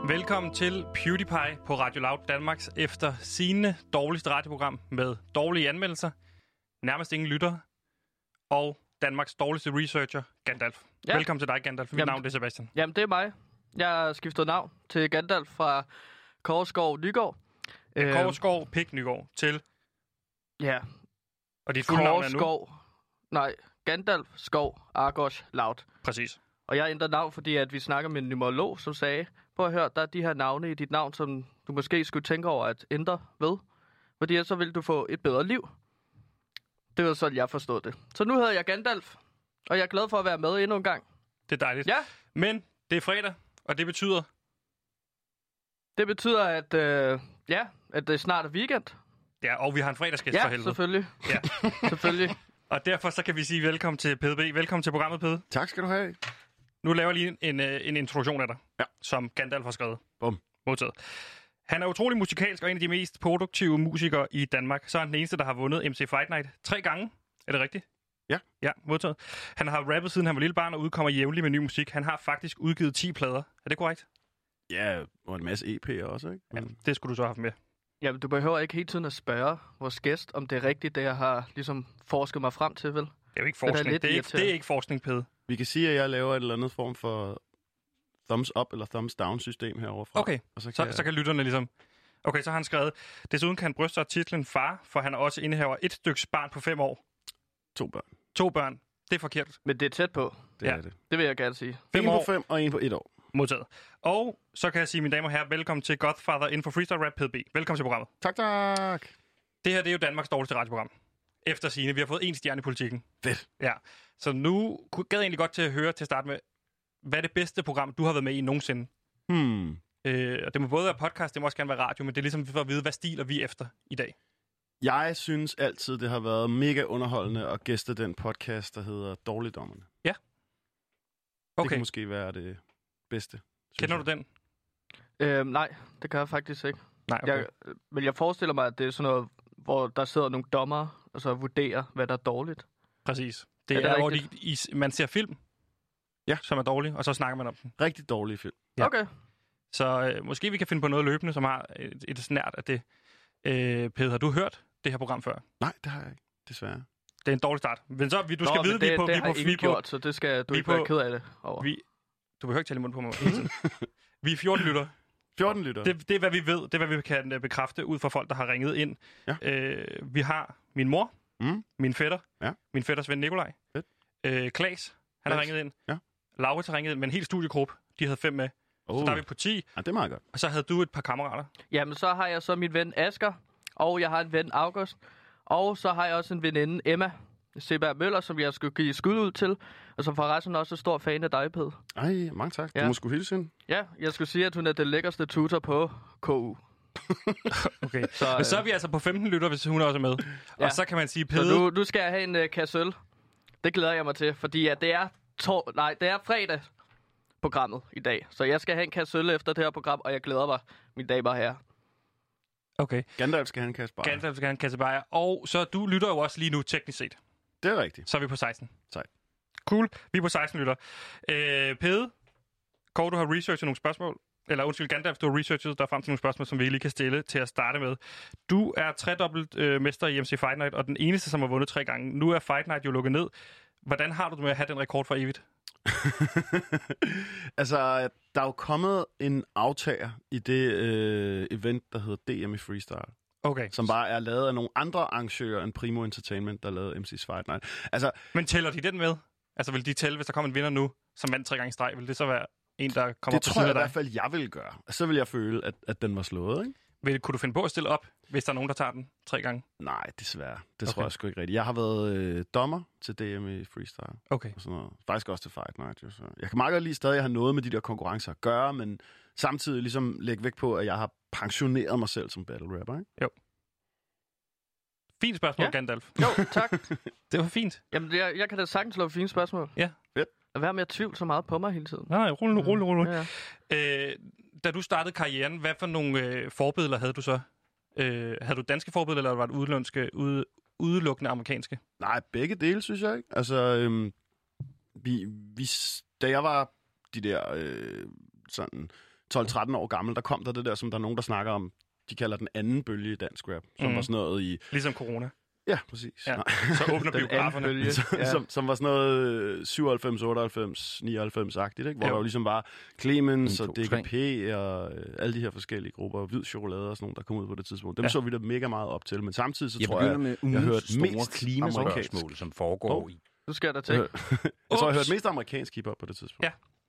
Velkommen til PewDiePie på Radio Loud, Danmarks efter sigende dårligste radioprogram med dårlige anmeldelser, nærmest ingen lyttere, og Danmarks dårligste researcher, Gandalf. Ja. Velkommen til dig, Gandalf. Mit navn er Sebastian. Jamen, det er mig. Jeg har skiftet navn til Gandalf fra Korsgaard Nygaard. Korsgaard Pik Nygaard til... Ja. Og dit fulde navn er nu? Gandalf Skov Argos Loud. Præcis. Og jeg ændrede navn, fordi at vi snakker med en numerolog, som sagde, prøv at høre, der er de her navne i dit navn, som du måske skulle tænke over at ændre ved. Fordi så vil du få et bedre liv. Det var sådan, jeg forstod det. Så nu hedder jeg Gandalf, og jeg er glad for at være med endnu en gang. Det er dejligt. Ja. Men det er fredag, og det betyder... Det betyder, at det snart er weekend. Ja, og vi har en fredagsgæst for helvede. Selvfølgelig. Ja, selvfølgelig. Og derfor så kan vi sige velkommen til PDB. Velkommen til programmet, Pede. Tak skal du have. Nu laver jeg lige en introduktion af dig, ja, som Gandalf har skrevet. Bum. Modtaget. Han er utrolig musikalsk og en af de mest produktive musikere i Danmark. Så er han den eneste, der har vundet MC Fight Night 3 gange. Er det rigtigt? Ja. Ja, modtaget. Han har rappet siden han var lille barn og udkommer jævnligt med ny musik. Han har faktisk udgivet 10 plader. Er det korrekt? Ja, og en masse EP'er også, ikke? Ja, det skulle du så have haft med. Jamen, du behøver ikke hele tiden at spørge vores gæst, om det er rigtigt, det jeg har ligesom forsket mig frem til, vel? Det er jo ikke forskning. Det er ikke forskning, Pede. Vi kan sige, at jeg laver et eller andet form for thumbs up eller thumbs down system herovre fra. Okay, og så kan lytterne ligesom... Okay, så har han skrevet... Desuden kan han bryste sig af titlen far, for han er også indehaver et stykke barn på 5 år. 2 børn. 2 børn. Det er forkert. Men det er tæt på. Det er det. Det vil jeg gerne sige. 5 år. 5 og 1 på 1 år. Modtaget. Og så kan jeg sige, mine damer og herrer, velkommen til Godfather inden for freestyle rap PDB. Velkommen til programmet. Tak. Det her, det er jo Danmarks dårligste radioprogram. Efter sigende. Vi har fået 1 stjerne i politikken. Fedt. Ja. Så nu gad jeg egentlig godt til at høre til at starte med, hvad er det bedste program, du har været med i nogensinde? Og det må både være podcast, det må også gerne være radio, men det er ligesom for at vide, hvad stiler vi efter i dag? Jeg synes altid, det har været mega underholdende at gæste den podcast, der hedder Dårligdommerne. Ja. Okay. Det kan måske være det bedste. Kender du den? Nej, det kan jeg faktisk ikke. Nej, okay. Men jeg forestiller mig, at det er sådan noget, hvor der sidder nogle dommere, og så vurderer, hvad der er dårligt. Præcis. Det er hvor man ser film, ja, som er dårlige, og så snakker man om den. Rigtig dårlige film. Ja. Okay. Så måske vi kan finde på noget løbende, som har et snært af det. Peder, har du hørt det her program før? Nej, det har jeg ikke, desværre. Det er en dårlig start. Men så, du skal vide, vi er på... Det har jeg gjort, så det skal du ikke være ked af det over. Du behøver ikke tale i munden på mig hele tiden. Vi er 14 lytter. 14 lytter. Det er, hvad vi ved. Det er, hvad vi kan bekræfte ud fra folk, der har ringet ind. Ja. Vi har min mor, min fætter, min fætters ven Nikolaj, Klaas, han har ringet ind. Ja. Laurits har ringet ind med en hel studiegruppe. De havde 5 med. Så der er vi på 10. Ja, det er meget godt. Og så havde du et par kammerater. Jamen, så har jeg så min ven Asger, og jeg har en ven August, og så har jeg også en veninde Emma Seberg Møller, som jeg skulle give skud ud til, og som forresten også er stor fan af dig, Pede. Ej, mange tak. Ja. Du må sgu hilse hende. Ja, jeg skulle sige, at hun er den lækkerste tutor på KU. Okay, så er vi altså på 15 lytter, hvis hun også er med. Ja. Og så kan man sige, Pede... Så nu skal jeg have en kasse øl. Det glæder jeg mig til, fordi at det er fredag programmet i dag. Så jeg skal have en kasse øl efter det her program, og jeg glæder mig, mine damer og herrer. Okay. Gandalf skal have en kasse bajer. Gandalf skal have en kasse bajer. Og så du lytter jo også lige nu teknisk set. Det er rigtigt. Så er vi på 16. Sejt. Cool. Vi er på 16 lytter. Pede, Kåre, du har researchet nogle spørgsmål. Eller undskyld, Gandalf, du har researchet der frem til nogle spørgsmål, som vi lige kan stille til at starte med. Du er 3-dobbelt mester i MC Fight Night, og den eneste, som har vundet 3 gange. Nu er Fight Night jo lukket ned. Hvordan har du det med at have den rekord for evigt? Altså, der er jo kommet en aftager i det event, der hedder DM i Freestyle. Okay. Som bare er lavet af nogle andre arrangører end Primo Entertainment, der lavede MC's Fight Night. Altså, men tæller de den med? Altså, vil de tælle, hvis der kommer en vinder nu, som vandt 3 gange i streg? Vil det så være en, der kommer på siden af dig? Det tror jeg i hvert fald, jeg vil gøre. Så vil jeg føle, at den var slået, ikke? Kunne du finde på at stille op, hvis der er nogen, der tager den 3 gange? Nej, desværre. Det tror jeg sgu ikke rigtigt. Jeg har været dommer til DM i Freestyle. Okay. Og sådan noget. Faktisk også til Fight Night. Jo, så. Jeg kan meget godt lige stadig have noget med de der konkurrencer at gøre, men samtidig ligesom lægge vægt på, at jeg har pensioneret mig selv som battle rapper, ikke? Jo. Fint spørgsmål, Gandalf. Jo, tak. Det var fint. Jamen, jeg kan da sagtens lave fine spørgsmål. Ja. Fedt. At være med at tvivle så meget på mig hele tiden. Nej, rulle. Ja. Da du startede karrieren, hvad for nogle forbilleder havde du så? Havde du danske forbilleder, eller var det udelukkende amerikanske? Nej, begge dele, synes jeg ikke. Altså, da jeg var de der sådan 12-13 år gammel, der kom der det der, som der er nogen, der snakker om, de kalder den anden bølge i dansk rap, som var sådan noget i... Ligesom corona. Ja, præcis. Ja. Så åbner biograferne. Som var sådan noget 97, 98, 99-agtigt, ikke? Hvor der jo ligesom var Clemens og DKP og alle de her forskellige grupper, Hvid Chokolade og sådan nogle, der kom ud på det tidspunkt. Dem så vi da mega meget op til, men samtidig så tror jeg hørte mest klimaspørgsmål, som foregår i. Nu skal der til. Jeg tror, jeg hørte mest amerikansk hiphop på det tidspunkt. Ja.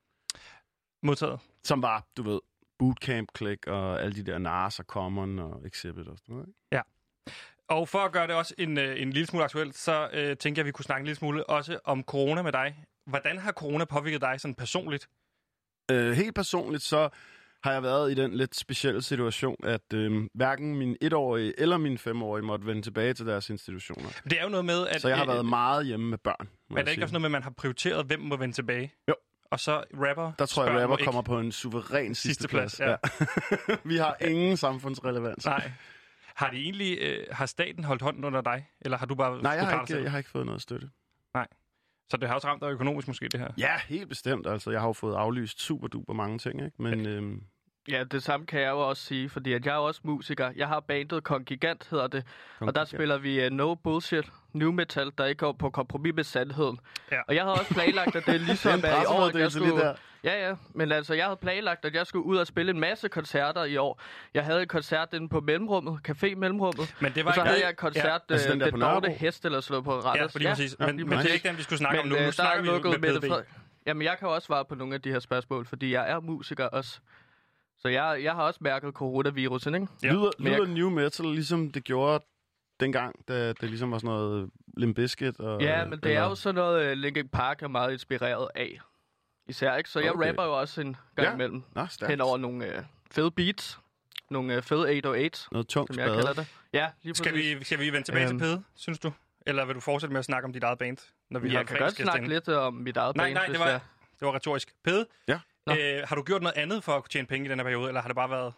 Modtaget. Som var, du ved, Bootcamp Click og alle de der Nas og Common og Exhibit og sådan noget, ikke? Ja. Og for at gøre det også en lille smule aktuelt, så tænker jeg, at vi kunne snakke en lille smule også om corona med dig. Hvordan har corona påvirket dig sådan personligt? Helt personligt, så har jeg været i den lidt specielle situation, at hverken min 1-årige eller min 5-årige måtte vende tilbage til deres institutioner. Det er jo noget med, at... Så jeg har været meget hjemme med børn. Men er det ikke også noget med, at man har prioriteret, hvem må vende tilbage? Jo. Og så rapper... Der tror jeg, rapper kommer på en suveræn sidste plads. Ja. Vi har ingen samfundsrelevans. Nej. Har de egentlig... har staten holdt hånden under dig? Eller har du bare... Nej, jeg har ikke fået noget støtte. Nej. Så det har også ramt dig økonomisk måske, det her? Ja, helt bestemt. Altså, jeg har jo fået aflyst super duper mange ting, ikke? Men... Ja, det samme kan jeg jo også sige, fordi at jeg er også musiker. Jeg har bandet Kongigant, hedder det. Og der spiller vi no bullshit, new metal, der ikke går på kompromis med sandheden. Ja. Og jeg havde også planlagt, at det ligesom er i år, at jeg skulle... Ja, men altså, jeg havde planlagt, at jeg skulle ud og spille en masse koncerter i år. Jeg havde en koncert inde på Mellemrummet, Café Mellemrummet. Men det var og så havde jeg en koncert, den Dorte Hest eller sådan noget på Randers. Ja, fordi præcis. Men det er ikke den, vi skulle snakke om nu. Nu snakker vi med PDB. Jamen, jeg kan også svare på nogle af de her spørgsmål, fordi jeg er musiker også. Så jeg har også mærket coronavirusen, ikke? Ja. Lyder new metal, ligesom det gjorde dengang, da det ligesom var sådan noget Limp Bizkit og... Ja, men det er jo sådan noget, Linkin Park er meget inspireret af. Især, ikke? Så jeg rapper jo også en gang imellem. Hen over nogle fede beats. Nogle fede 808's. Noget tungt som jeg kalder det. Ja, lige skal vi vende tilbage til Pede, synes du? Eller vil du fortsætte med at snakke om dit eget band? Når vi jeg kan godt snakke lidt om mit eget band. Nej, det var retorisk. Pede? Ja. Har du gjort noget andet for at kunne tjene penge i den her periode, eller har det bare været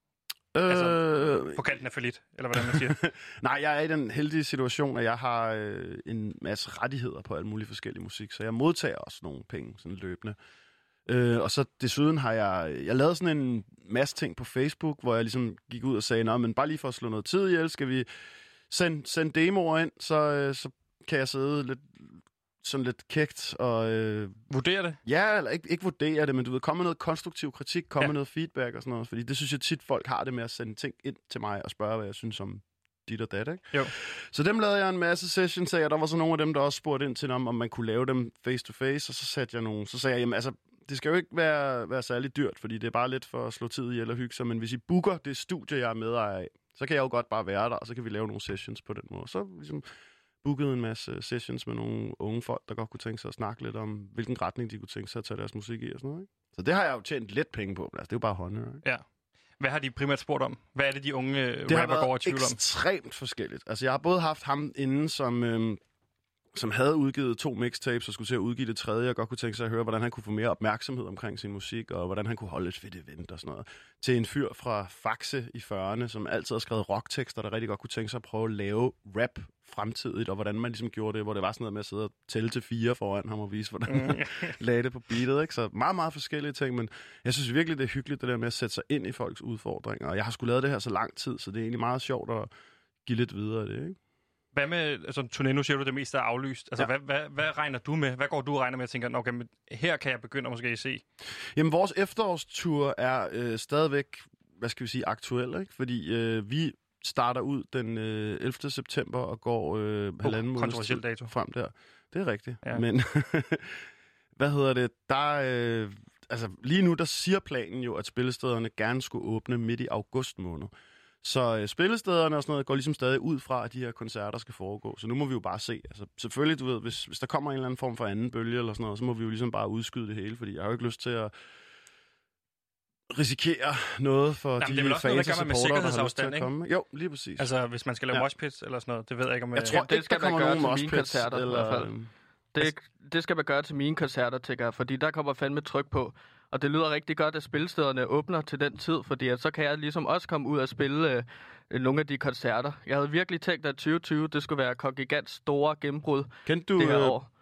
på kanten af fallit, eller hvordan man siger? Nej, jeg er i den heldige situation, at jeg har en masse rettigheder på alle mulige forskellige musik, så jeg modtager også nogle penge sådan løbende. Og så desuden har jeg lavet sådan en masse ting på Facebook, hvor jeg ligesom gik ud og sagde, nå, men bare lige for at slå noget tid ihjel, skal vi sende demoer ind, så kan jeg sidde lidt kægt og... Vurdere det? Ja, eller ikke vurdere det, men du ved, komme med noget konstruktiv kritik, komme med noget feedback og sådan noget, fordi det synes jeg tit, folk har det med at sende ting ind til mig og spørge, hvad jeg synes om dit og dat, ikke? Jo. Så dem lavede jeg en masse sessions af, og der var så nogle af dem, der også spurgte ind til om man kunne lave dem face to face, og så sagde jeg, jamen altså, det skal jo ikke være særlig dyrt, fordi det er bare lidt for at slå tid ihjel og hygge sig, men hvis I booker det studie, jeg er medejer af, så kan jeg jo godt bare være der, og så kan vi lave nogle sessions på den måde. Så ligesom bookede en masse sessions med nogle unge folk, der godt kunne tænke sig at snakke lidt om, hvilken retning de kunne tænke sig at tage deres musik i og sådan noget, ikke? Så det har jeg jo tjent lidt penge på. Altså, det er jo bare håndhør, ikke? Ja. Hvad har de primært spurgt om? Hvad er det, de unge rapper går og tvivl om? Det har været ekstremt forskelligt. Altså, jeg har både haft ham inden, som havde udgivet 2 mixtapes og skulle til at udgive det 3. og godt kunne tænke sig at høre, hvordan han kunne få mere opmærksomhed omkring sin musik, og hvordan han kunne holde et fedt event og sådan noget. Til en fyr fra Faxe i 40'erne, som altid har skrevet rocktekster, der rigtig godt kunne tænke sig at prøve at lave rap fremtidigt, og hvordan man ligesom gjorde det, hvor det var sådan noget med at sidde og tælle til 4 foran ham og vise, hvordan man lagde det på beatet, ikke? Så meget, meget forskellige ting, men jeg synes virkelig, det er hyggeligt, det der med at sætte sig ind i folks udfordringer, og jeg har sgu lavet det her så lang tid, så det er egentlig meget sjovt at give lidt videre af det, ikke? Hvad med, altså turné, nu siger du, det meste er aflyst. Altså, ja. hvad regner du med? Hvad går du og regner med at tænke, okay, her kan jeg begynde at måske se? Jamen, vores efterårstur er stadigvæk, hvad skal vi sige, aktuel, ikke? Fordi vi starter ud den 11. september og går halvanden måneds dato frem der. Det er rigtigt. Ja. Men, hvad hedder det? Der, altså, lige nu, der siger planen jo, at spillestederne gerne skulle åbne midt i august måned. Så spillestederne og sådan noget går ligesom stadig ud fra, at de her koncerter skal foregå. Så nu må vi jo bare se. Altså, selvfølgelig, du ved, hvis der kommer en eller anden form for anden bølge eller sådan noget, så må vi jo ligesom bare udskyde det hele, fordi jeg har jo ikke lyst til at risikere noget for de fans og supporter, der har lyst til at komme. Jo, lige præcis. Altså, hvis man skal lave moshpits eller sådan noget, det ved jeg ikke om... Jeg tror ikke, der kommer nogen moshpits. I hvert fald. Det skal man gøre til mine koncerter, tænker jeg, fordi der kommer fandme tryk på. Og det lyder rigtig godt, at spillestederne åbner til den tid, fordi at så kan jeg ligesom også komme ud og spille nogle af de koncerter. Jeg havde virkelig tænkt, at 2020, det skulle være Kongigants store gennembrud Kendte du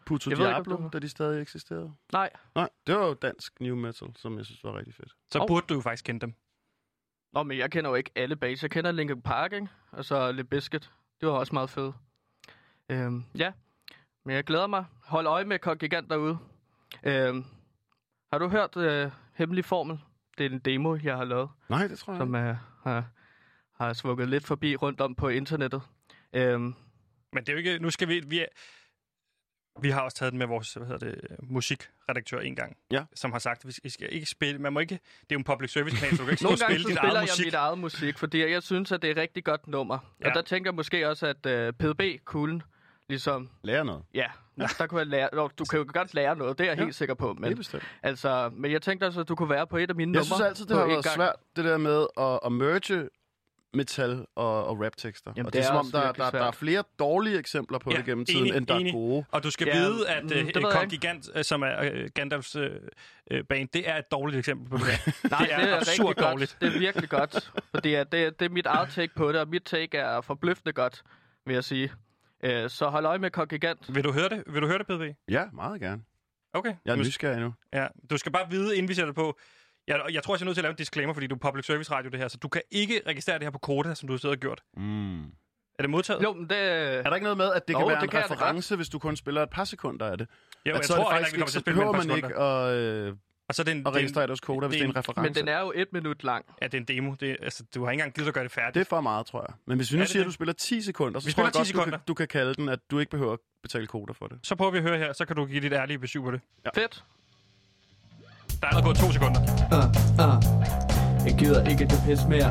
Puto Jeg ved ikke, om Diablo, det var- da de stadig eksisterede? Nej. Nej, det var jo dansk new metal, som jeg synes var rigtig fedt. Så burde du jo faktisk kende dem. Nå, men jeg kender jo ikke alle bands. Jeg kender Linkin Park, ikke? Og så Limp Bizkit. Det var også meget fedt. Ja, men jeg glæder mig. Hold øje med Kongigant derude. Har du hørt Hemmelig Formel? Det er en demo, jeg har lavet, Nej, det tror jeg som har svukket lidt forbi rundt om på internettet. Men det er jo ikke... Nu skal vi har også taget den med vores musikredaktør en gang, som har sagt, at vi skal ikke spille... Man må ikke... Det er jo en public service kanal, så du kan ikke Nogle spille gange dit spiller eget jeg musik. mit eget musik, fordi jeg synes, at det er et rigtig godt nummer. Ja. Og der tænker jeg måske også, at PDB kunne ligesom... lære noget. Ja, der kunne jeg lære... Du kan jo godt lære noget, det er jeg helt sikker på. Det er Men, bestemt. altså, men jeg tænkte også, at du kunne være på et af mine numre. Jeg synes altid, det på har en været gang. svært, det der med at merge metal og raptekster. Jamen, Og det det er er som om, også virkelig der er svært. flere dårlige eksempler på det gennem tiden, end der er gode. Og du skal Ja, vide, at det ved jeg Kongigant, som er Gandalfs band, det er et dårligt eksempel på det her. Nej, det er absurd rigtig dårligt. godt. Det er virkelig godt. Fordi det er mit eget take på det, og mit take er forbløffende godt, vil jeg sige. Så hold øje med Kongigant. Vil du høre det? Vil du høre det, PDB? Ja, meget gerne. Okay. Jeg er nysgerrig nu. Ja, du skal bare vide, inden vi sætter det på. Jeg tror også, jeg er nødt til at lave en disclaimer, fordi du er public service radio det her, så du kan ikke registrere det her på Koda, som du har siddet og gjort. Er det modtaget? Jo, men det... Er der ikke noget med, at det kan Jo, være det en kan jeg da reference, hvis du kun spiller et par sekunder af det? Jo, At jeg så er det tror heller faktisk ikke, vi kommer til at så spille med behøver et par man sekunder. ikke Og så er det en, at registrere det hos Koda, hvis det er en reference. Men den er jo 1 minut lang. Ja, det er en demo. Du har ikke engang givet at gøre det færdigt. Det er for meget, tror jeg. Men hvis vi nu det siger, det? at du spiller 10 sekunder, så Vi tror jeg spiller 10 godt, sekunder. du kan kalde den, at du ikke behøver at betale Koda for det. Så prøver vi at høre her, så kan du give dit ærlige besøg på det. Fedt. Der er allerede gået 2 sekunder. Jeg gider ikke det pis mere.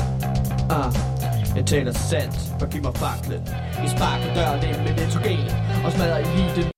Jeg taler sandt, og giv mig faklen. I sparker døren ind med nitrogen, og smadrer eliten.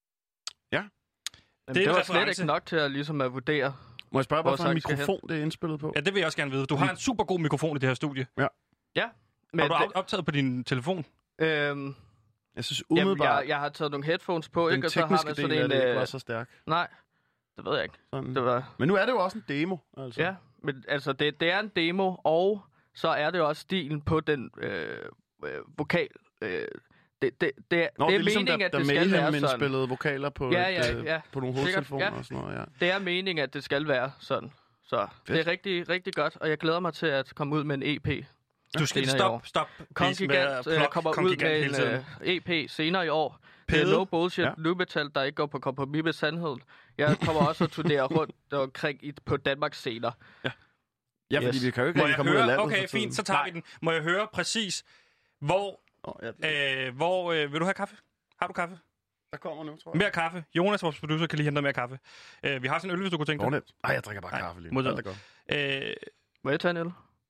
Jamen, Det er det en var slet reference. ikke nok til at, ligesom at vurdere. Må jeg spørge, Hvor hvorfor en sang skal mikrofon det er indspillet på? Ja, det vil jeg også gerne vide. Du har en super god mikrofon i det her studie. Ja. Men Har du optaget på din telefon? Jeg synes jamen, umiddelbart, jeg har taget nogle headphones på, den ikke? Og så har man tekniske sådan del af en... det ikke var så stærk. Nej, det ved jeg ikke. Sådan. Det var... Men nu er det jo også en demo, altså. Ja, men altså, det er en demo, og så er det jo også stilen på den vokal. Det er ligesom meningen, at der det skal være sådan. indspillede vokaler på, Ja. på nogle Sikkert, hovedtelefoner ja. og sådan noget, ja. Det er meningen, at det skal være sådan. Så det er rigtig, rigtig godt, og jeg glæder mig til at komme ud med en EP. Du skal senere i år. stop please, med at Kongigant plukke kommer ud Kongigant hele tiden. med en EP senere i år. Det Pede. er no bullshit, Ja. nu metal, der ikke går på kompromis med sandheden. Jeg kommer også at turnere rundt omkring på Danmarks scener. Ja, fordi Yes. vi kan jo ikke Må rigtig jeg komme ud af høre? landet. Okay, for tiden. fint, så tager vi den. Må jeg høre præcis, hvor... vil du have kaffe? Har du kaffe? Der kommer nu, tror jeg. Mere kaffe. Jonas, vores producer, kan lige hente noget mere kaffe. Vi har sådan en øl, hvis du kunne tænke dig. Dårligt. Ej, jeg drikker bare kaffe lige nu. modtaget. Alt er godt. Må jeg tage en øl?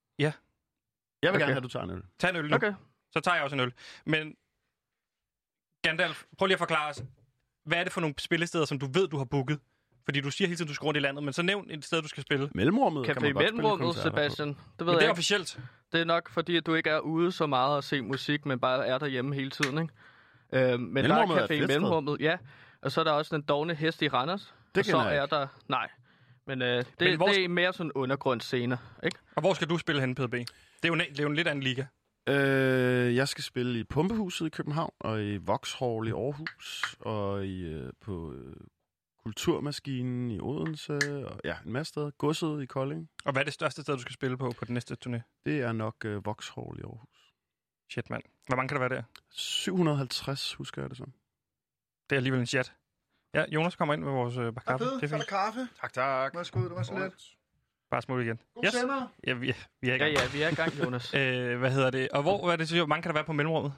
Jeg vil Okay. gerne have, at du tager en øl. Tag en øl nu. Okay. Så tager jeg også en øl. Men Gandalf, prøv lige at forklare os. Hvad er det for nogle spillesteder, som du ved, du har booket? Fordi du siger hele tiden, du skal rundt i landet, men så nævn et sted, du skal spille. Mellemrummet kan Café man godt spille Mellemrummet, koncerter på. Sebastian. Det ved Men det jeg er ikke. officielt. Det er nok fordi, at du ikke er ude så meget og se musik, men bare er derhjemme hele tiden, ikke? Men der er Mellemrummet er et Café fedt sted. Mellemrummet, ja. Og så er der også den dovne hest i Randers. Det og så kender jeg er ikke. der... Nej. Men, hvor det er mere sådan undergrundsscener, ikke? Og hvor skal du spille henne, PDB? Det er jo en lidt anden liga. Jeg skal spille i Pumpehuset i København, og i Vauxhall i Aarhus, og på Kulturmaskinen i Odense, og ja, en masse steder. Godset i Kolding. Og hvad er det største sted, du skal spille på den næste turné? Det er nok Vauxhall i Aarhus. Shit, mand. Hvor mange kan der være der? 750, husker jeg det som. Det er alligevel en chat. Ja, Jonas kommer ind med vores kaffe. Det er fint. kaffe. Tak. Værsgo, det var så let. Bare smut igen. God sender. Ja, vi er i Ja, gang. ja, vi er i gang, Jonas. Hvad hedder det? Og hvor er det, hvor mange kan der være på mellemrummet?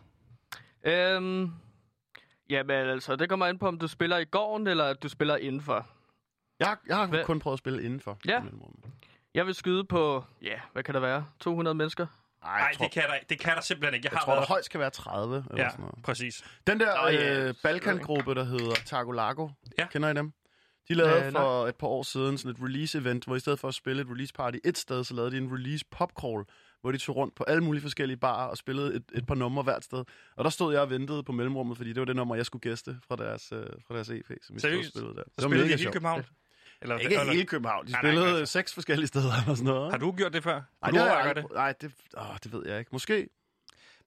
Jamen altså, det kommer an på, om du spiller i gården, eller at du spiller indenfor. Jeg har Hvad? kun prøvet at spille indenfor. Ja. i Mellemrummet. Jeg vil skyde på, ja, hvad kan der være? 200 mennesker? Nej, det kan der simpelthen ikke. Jeg tror, der højst kan være 30 eller Ja, sådan noget. præcis. Den der ja, Balkan-gruppe, der hedder Tago Lago, Ja. kender I dem? De lavede Nej. for et par år siden sådan et release-event, hvor i stedet for at spille et release-party et sted, så lavede de en release-popcrawl, hvor de tog rundt på alle mulige forskellige barer og spillede et par numre hvert sted. Og der stod jeg og ventede på mellemrummet, fordi det var det nummer, jeg skulle gæste fra deres EP, som vi stod og Seriøst? spillede der. Så spillede de i hele København? Eller, Ikke hele København. De Nej, spillede nej. 6 forskellige steder eller sådan noget. Har du gjort det før? Nej, Kunne du det, overveje det? det ved jeg ikke. Måske.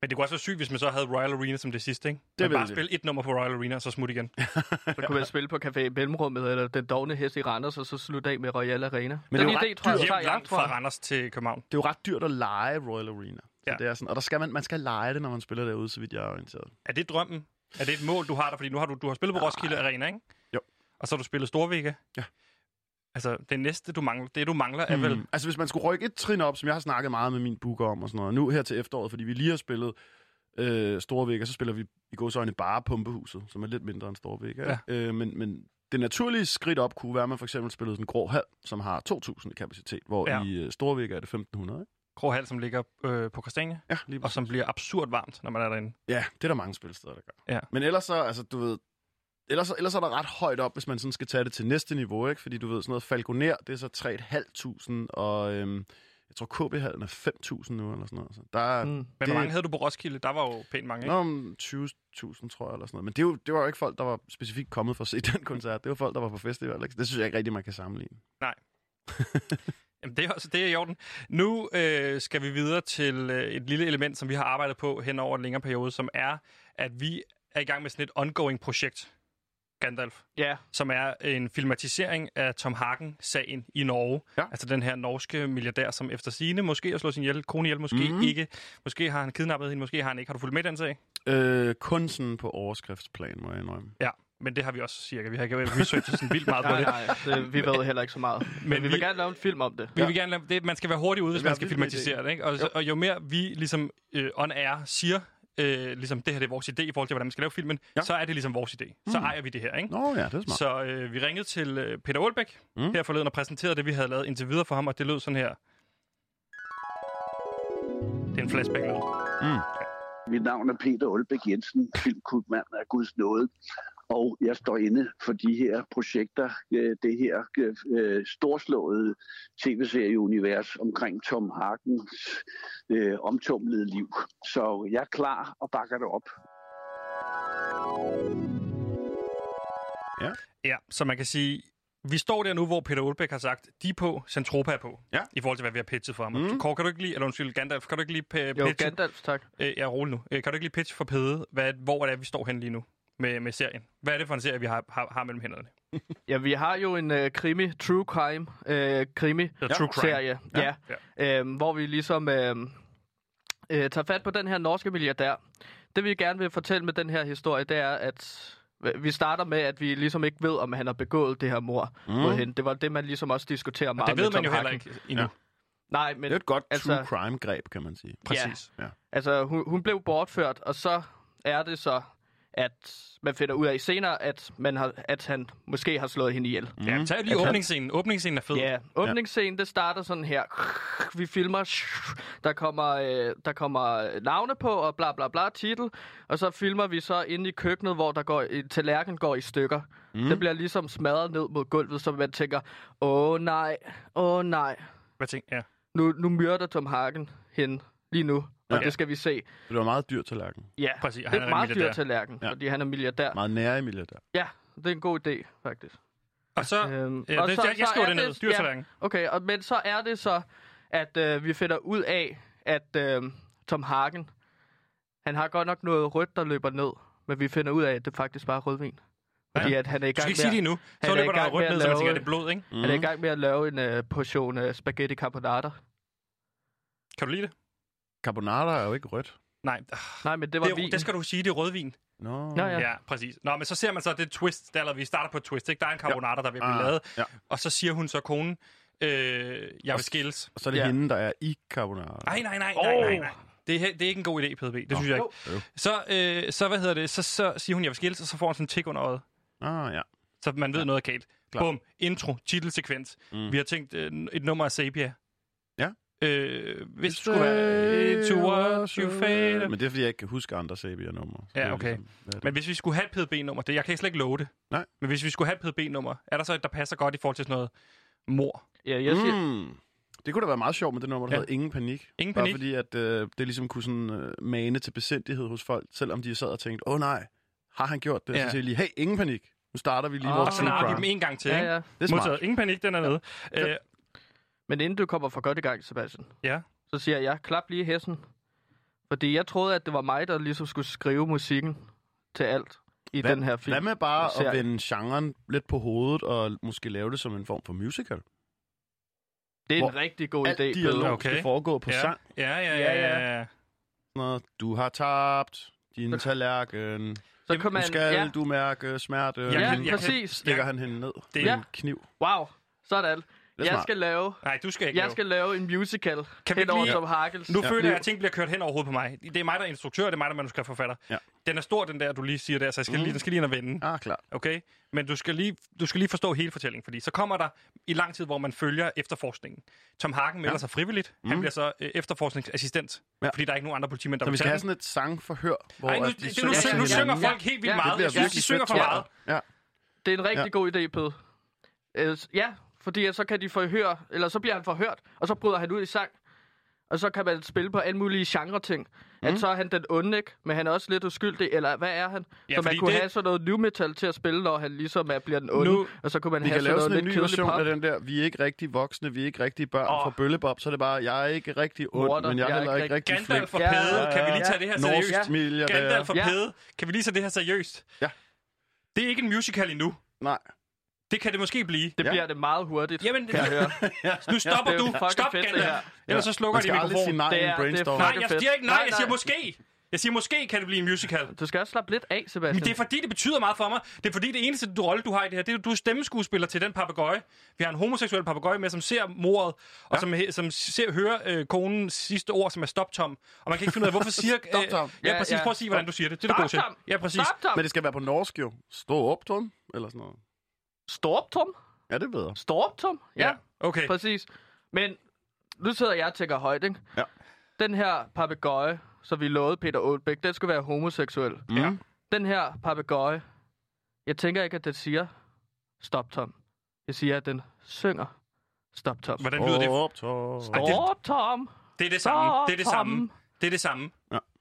Men det kunne også være sygt, hvis man så havde Royal Arena som det sidste, ikke? Det Man bare det. spille et nummer på Royal Arena, og så smutte igen. Så kunne man spille på Café Mellemrummet, eller Den Dovne Hest i Randers, og så slutte af med Royal Arena. Men Den det er idé, jo tror jeg, Hjem tager jeg, langt tror fra jeg. Randers til København. Det er jo ret dyrt at lege Royal Arena. Så Ja. det er sådan, og der skal man skal lege det, når man spiller derude, så vidt jeg er orienteret. Er det drømmen? Er det et mål, du har der? Fordi nu har du har spillet på Roskilde Arena, ikke? Jo. Og så har du spillet Storvega. Ja. Altså, det næste, du mangler, er vel... Altså, hvis man skulle rykke et trin op, som jeg har snakket meget med min booker om og sådan noget, nu her til efteråret, fordi vi lige har spillet Storvega, så spiller vi i gåseøjne bare Pumpehuset, som er lidt mindre end Storvega. Ja. Men det naturlige skridt op kunne være, at man for eksempel spillede sådan en grå hal, som har 2.000 i kapacitet, hvor i Storvega er det 1.500, ikke? Grå Hal, som ligger på Christiania, Ja, lige og præcis. som bliver absurd varmt, når man er derinde. Ja, det er der mange spilsteder, der gør. Ja. Men ellers så, altså, du ved, ellers er der ret højt op, hvis man sådan skal tage det til næste niveau, ikke? Fordi du ved, sådan noget Falconer, det er så 3.500, og jeg tror KB-hallen er 5.000 nu, eller sådan noget. Så der er, Men hvor mange havde du på Roskilde? Der var jo pænt mange, ikke? om 20.000, tror jeg, eller sådan noget. Men det var jo ikke folk, der var specifikt kommet for at se den koncert. Det var folk, der var på festival, ikke? Det synes jeg ikke rigtig, man kan sammenligne. Nej. Jamen, det er i orden. Nu skal vi videre til et lille element, som vi har arbejdet på hen over en længere periode, som er, at vi er i gang med sådan et ongoing projekt, Gandalf, Ja, som er en filmatisering af Tom Hagen-sagen i Norge. Ja. Altså den her norske milliardær, som efter sigende måske har slået sin kone ihjel, måske ikke. Måske har han kidnappet hende, måske har han ikke. Har du fulgt med i den sag? Kun sådan på overskriftsplan, må jeg indrømme. Ja, men det har vi også cirka. Vi har ikke researchet sådan vildt meget på det. nej, vi ved heller ikke så meget. Men vi vil gerne lave en film om det. Vi vil gerne lave det. Man skal være hurtig ude, hvis Det er man skal vildt filmatisere det, ikke? Og jo mere vi ligesom on air siger, ligesom det her det er vores idé i forhold til, hvordan man skal lave filmen, så er det ligesom vores idé. Så ejer vi det her, ikke? Nå ja, det er smart. Så vi ringede til Peter Aalbæk her forleden og præsenterede det, vi havde lavet indtil videre for ham, og det lød sådan her. Det er en flashback-lyd. Mit navn er Peter Aalbæk Jensen, filmkultmand af Guds nåde, og jeg står inde for de her projekter, det her storslåede tv-serieunivers omkring Tom Hagens omtumlede liv. Så jeg er klar og bakker det op. Ja, så man kan sige, vi står der nu, hvor Peter Aalbæk har sagt, de er på, Centropa er på, i forhold til, hvad vi har pitchet for ham. Kåre, kan du ikke lige, eller undskyld, Gandalf, kan du ikke lige pitche? Jo, Gandalf, tak. Ja, rolig nu. Kan du ikke lige pitche for Pede, hvor er det, vi står hen lige nu med serien? Hvad er det for en serie, vi har mellem hænderne? Ja, vi har jo en krimi, true crime True crime. serie, hvor vi ligesom tager fat på den her norske milliardær. Det vi gerne vil fortælle med den her historie, det er, at vi starter med, at vi ligesom ikke ved, om han har begået det her mord mod hende. Det var det, man ligesom også diskuterer meget det ved med man Tom jo heller Hagen. ikke endnu. Ja. Nej, men Det er et godt true crime-greb, kan man sige. Præcis. Ja. altså hun blev bortført, og så er det så, at man finder ud af senere, at han måske har slået hende ihjel. Ja, tag lige åbningsscenen. Åbningsscenen er fed. Ja, åbningsscenen, det starter sådan her. Vi filmer, der kommer navne på, og bla bla bla, titel. Og så filmer vi så inde i køkkenet, hvor tallerken går i stykker. Det bliver ligesom smadret ned mod gulvet, så man tænker, åh nej. Hvad tænker jeg? Nu myrder Tom Hagen hende lige nu, og det skal vi se. Det var meget dyrt tallerken. Ja, Præcis, det han er er en meget milliardær. dyr tallerken, fordi han er milliardær. Meget nære milliardær. Ja, det er en god idé, faktisk. Og så, og jeg skriver det ned, ja, dyrtallerken. okay, men så er det så, at vi finder ud af, at Tom Hagen, han har godt nok noget rødt, der løber ned, men vi finder ud af, at det faktisk bare er rødvin. Fordi at han er i Du skal gang ikke sige det endnu. Så løber der rødt ned, så man tænker, det er blod, ikke? Han er i gang med at lave en portion spaghetti carbonara. Kan du lide det? Carbonara er jo ikke rødt. Nej, men det var vin. Det skal du sige, det er rødvin. Nå. Ja. Ja, præcis. Nå, men så ser man så det twist, vi starter på et twist, ikke? Der er en carbonara, der er ved at blive lavet, og så siger hun så konen, jeg vil skilles. Og så er det hende, der er i carbonara. Nej. Det er ikke en god idé, PDB. Det synes jeg ikke. Så siger hun, jeg vil skilles, og så får hun sådan en tik under øjet. Ja. Så man ved noget er galt. Klar. Bum, intro, titelsekvens. Vi har tænkt et nummer af Sabia. Ja. Hvis det skulle være towards you fade. Men det er, fordi jeg ikke kan huske andre Sabia-numre. Ja, okay. Men hvis vi skulle have et PDB-nummer, jeg kan slet ikke love det. Nej. Men hvis vi skulle have et PDB-nummer, er der så et, der passer godt i forhold til sådan noget mor? Ja, jeg siger... Det kunne da være meget sjovt med det nummer, der hedder Ingen Panik. Ingen Bare panik. fordi, at det ligesom kunne sådan, mane til besindighed hos folk, selvom de sad og tænkte, nej, har han gjort det? Så siger de lige, hey, ingen panik. Nu starter vi lige vores Og så narrer vi crime. dem en gang til, ikke? Ja. Det er smart. Modtaget. Ingen panik, den er nede. Men inden du kommer for godt i gang, Sebastian, Ja. så siger jeg, klap lige hesten. Fordi jeg troede, at det var mig, der ligesom skulle skrive musikken til alt i den her film. Hvad med bare serie? at vende genren lidt på hovedet, og måske lave det som en form for musical? Det er Hvor en rigtig god idé. Alt dialog Okay. skal foregå på sang. Ja. Når du har tabt din tallerken, Så kan man... nu skal du mærke smerte. præcis. Stikker han hende ned. Det Det er en kniv. Wow, sådan. er Jeg smart. skal lave... Nej, du skal ikke Jeg skal lave en musical Kan vi hen over lige- Tom Harkels. Nu føler jeg, at ting bliver kørt hen over hovedet på mig. Det er mig, der er instruktør, det er mig, der er manuskriptforfatter. Ja. Den er stor, den der, du lige siger der, så den skal lige ind og vende. Ah, klart. Okay? Men du skal lige forstå hele fortællingen, fordi så kommer der i lang tid, hvor man følger efterforskningen. Tom Hagen melder sig frivilligt. Han bliver så efterforskningsassistent, fordi der er ikke nogen andre politimænd, der Så vi vil skal tage have sådan et sangforhør, hvor Nej, nu at de nu synger synger hinanden. folk helt vildt Ja, meget. det bliver Jeg synes, de virkelig synger fedt, for tror meget. jeg. Ja. Det er en rigtig god idé, Ped. Ja, fordi så kan de forhøre, eller så bliver han forhørt, og så bryder han ud i sang. Og så kan man spille på alle mulige genre-ting. At så er han den onde, ikke? Men han er også lidt uskyldig, eller hvad er han? Ja, Så man fordi kunne det- have sådan noget new metal til at spille, når han ligesom bliver den onde. Nu- Og så kunne man Vi have kan sådan lave noget sådan en lidt ny kedelig version pop. af den der, vi er ikke rigtig voksne, vi er ikke rigtig børn fra Bøllebop, så er det bare, jeg er ikke rigtig ond, Morder, men jeg er heller ikke rigtig flink. Gandalf og Pede, kan vi lige tage det her seriøst? Norsk milliardær. Gandalf og Ja. Pede, kan vi lige tage det her seriøst? Ja. Det er ikke en musical endnu. Nej. Det kan det måske blive. Det bliver det meget hurtigt, Jamen, kan jeg høre. nu stopper Det er du. jo fucking Stop, fedt, det Gandalf. her. Ellers så slukker Man de skal aldrig sige mikrofonen. nej i Det en er- det er brainstorm. Nej, fucking jeg fedt. siger ikke nej, jeg siger Nej. måske. Jeg siger, måske kan det blive en musical. Du skal også slappe lidt af, Sebastian. Men det er fordi, det betyder meget for mig. Det er fordi, det eneste rolle, du har i det her, det er, at du er stemmeskuespiller til den papegøje. Vi har en homoseksuel papegøje med, som ser mordet, og som hører konens sidste ord, som er stop, Tom. Og man kan ikke finde ud af, hvorfor siger... Stop, Tom. Ja, præcis. Ja. Prøv at sige, hvordan du siger det. Det er du god til. Stop, Tom. Ja, præcis. Stop, Tom. Men det skal være på norsk jo. Stå op, Tom, eller sådan noget. Stop, Tom. Ja, det er bedre. Stop, Tom. Ja, Okay. præcis. Men nu sidder jeg og tænker højt, ikke? Ja. Den her papegøje, som vi lovede Peter Aalbæk, den skulle være homoseksuel. Ja. Den her papegøje, jeg tænker ikke, at den siger stop, Tom. Jeg siger, at den synger stop, Tom. Hvordan lyder det? Op, Tom. Stop, Tom. Det er det samme. Det er det Stop, samme. Tom. Det er det samme.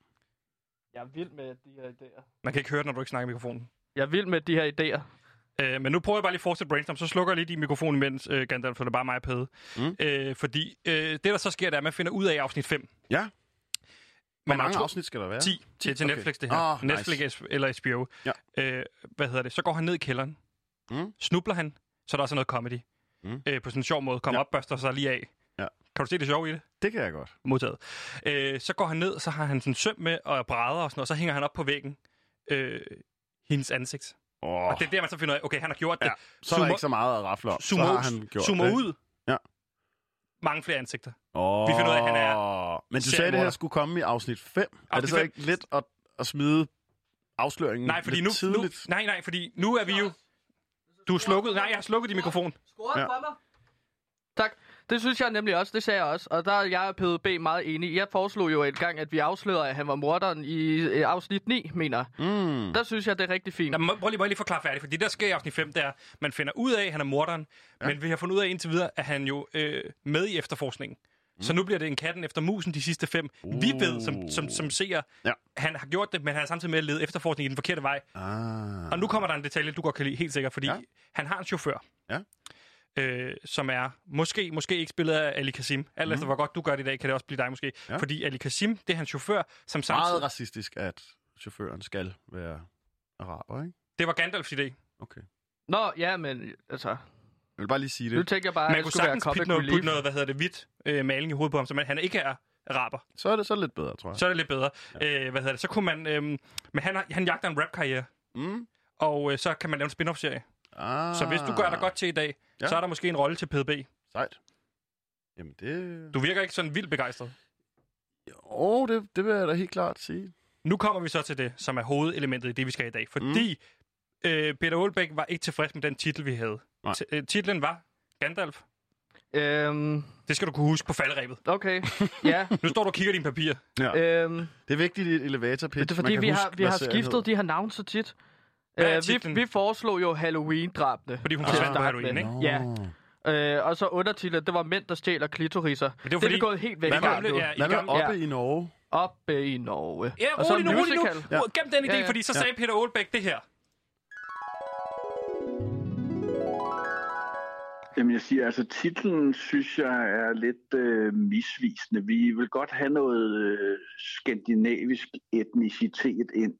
Jeg er vild med de her idéer. Man kan ikke høre det, når du ikke snakker i mikrofonen. Jeg er vild med de her idéer. Men nu prøver jeg bare lige at fortsætte brainstorm, så slukker jeg lige din mikrofon imens, Gandalf, så det er bare mig og Pede. Fordi det, der så sker, det er, at man finder ud af afsnit 5. Ja. Hvor Man har mange to- afsnit skal der være? 10 til Okay. Netflix, det her. Nice. Netflix eller HBO. Ja. Så går han ned i kælderen. Snubler han, så er der også noget comedy. På sådan en sjov måde. Kommer op, børster sig lige af. Ja. Kan du se det sjove i det? Det kan jeg godt. Modtaget. Så går han ned, så har han sådan en søm med og brædder og sådan noget, så hænger han op på væggen. Hendes ansigt. Og det er der, man så finder ud af, okay, han har gjort det. Ja. Så er der ikke så meget at rafle om. Så har han gjort zoomer det. ud. Ja. Mange flere ansigter. Vi finder ud af, at han er Men du sagde, at det seriemorder. her skulle komme i afsnit 5. Er det Afsnit så 5? ikke lidt at smide afsløringen Nej, fordi lidt tidligt? Nej, fordi nu er vi jo... Du er slukket. Nej, jeg har slukket din mikrofon. Skåret Ja. for mig. Tak. Det synes jeg nemlig også, det sagde jeg også. Og der er jeg og PDB meget enige. Jeg foreslog jo en gang, at vi afslørede, at han var morderen i afsnit 9, mener jeg. Der synes jeg, det er rigtig fint. Prøv lige forklare færdigt, fordi det, der sker i afsnit 5, det er, man finder ud af, at han er morderen, men vi har fundet ud af indtil videre, at han jo med i efterforskningen. Så nu bliver det en katten efter musen de sidste 5. Vi ved, som ser, han har gjort det, men han er samtidig med at lede efterforskning i den forkerte vej. Og nu kommer der en detalje, du godt kan lide, helt sikkert, fordi han har en chauffør. Som er måske ikke spillet af Ali Kazim. Alt efter hvor godt du gør det i dag, kan det også blive dig måske. Ja. Fordi Ali Kazim, det er hans chauffør, som samtidig... Meget racistisk, at chaufføren skal være araber, ikke? Det var Gandalfs idé. Okay. Nå, ja, men altså... Jeg vil bare lige sige det. Nu tænker jeg bare, at Man det kunne skulle være sagtens comic putte relief. noget, hvidt maling i hovedet på ham, så han ikke er araber. Så er det lidt bedre, tror jeg. Så er det lidt bedre. Ja. Så kunne man... men han jagter en rap-karriere. Og så kan man lave en spin-off-serie. Så hvis du gør dig godt til i dag, så er der måske en rolle til PDB. Sejt. Jamen det... Du virker ikke sådan vildt begejstret. Jo, det vil jeg da helt klart sige. Nu kommer vi så til det, som er hovedelementet i det, vi skal i dag. Fordi Peter Aalbæk var ikke tilfreds med den titel, vi havde. Titlen var Gandalf. Det skal du kunne huske på falderebet. Okay, ja. Nu står du og kigger i dine papirer. Ja. Det er vigtigt i et elevator-pitch. Det er fordi, vi har skiftet de her navne så tit. Vi foreslog jo Halloween-drabene. Fordi hun forsvandt på Halloween, ikke? Ja. Og så undertitlen, det var mænd, der stjæler klitoriser. Men det er vi gået helt væk fra nu. Hvad med oppe i Norge? Oppe i Norge. Ja, og så rolig nu. Gem den idé, fordi så sagde Peter Aalbæk det her. Jamen jeg siger, altså titlen synes jeg er lidt misvisende. Vi vil godt have noget skandinavisk etnicitet ind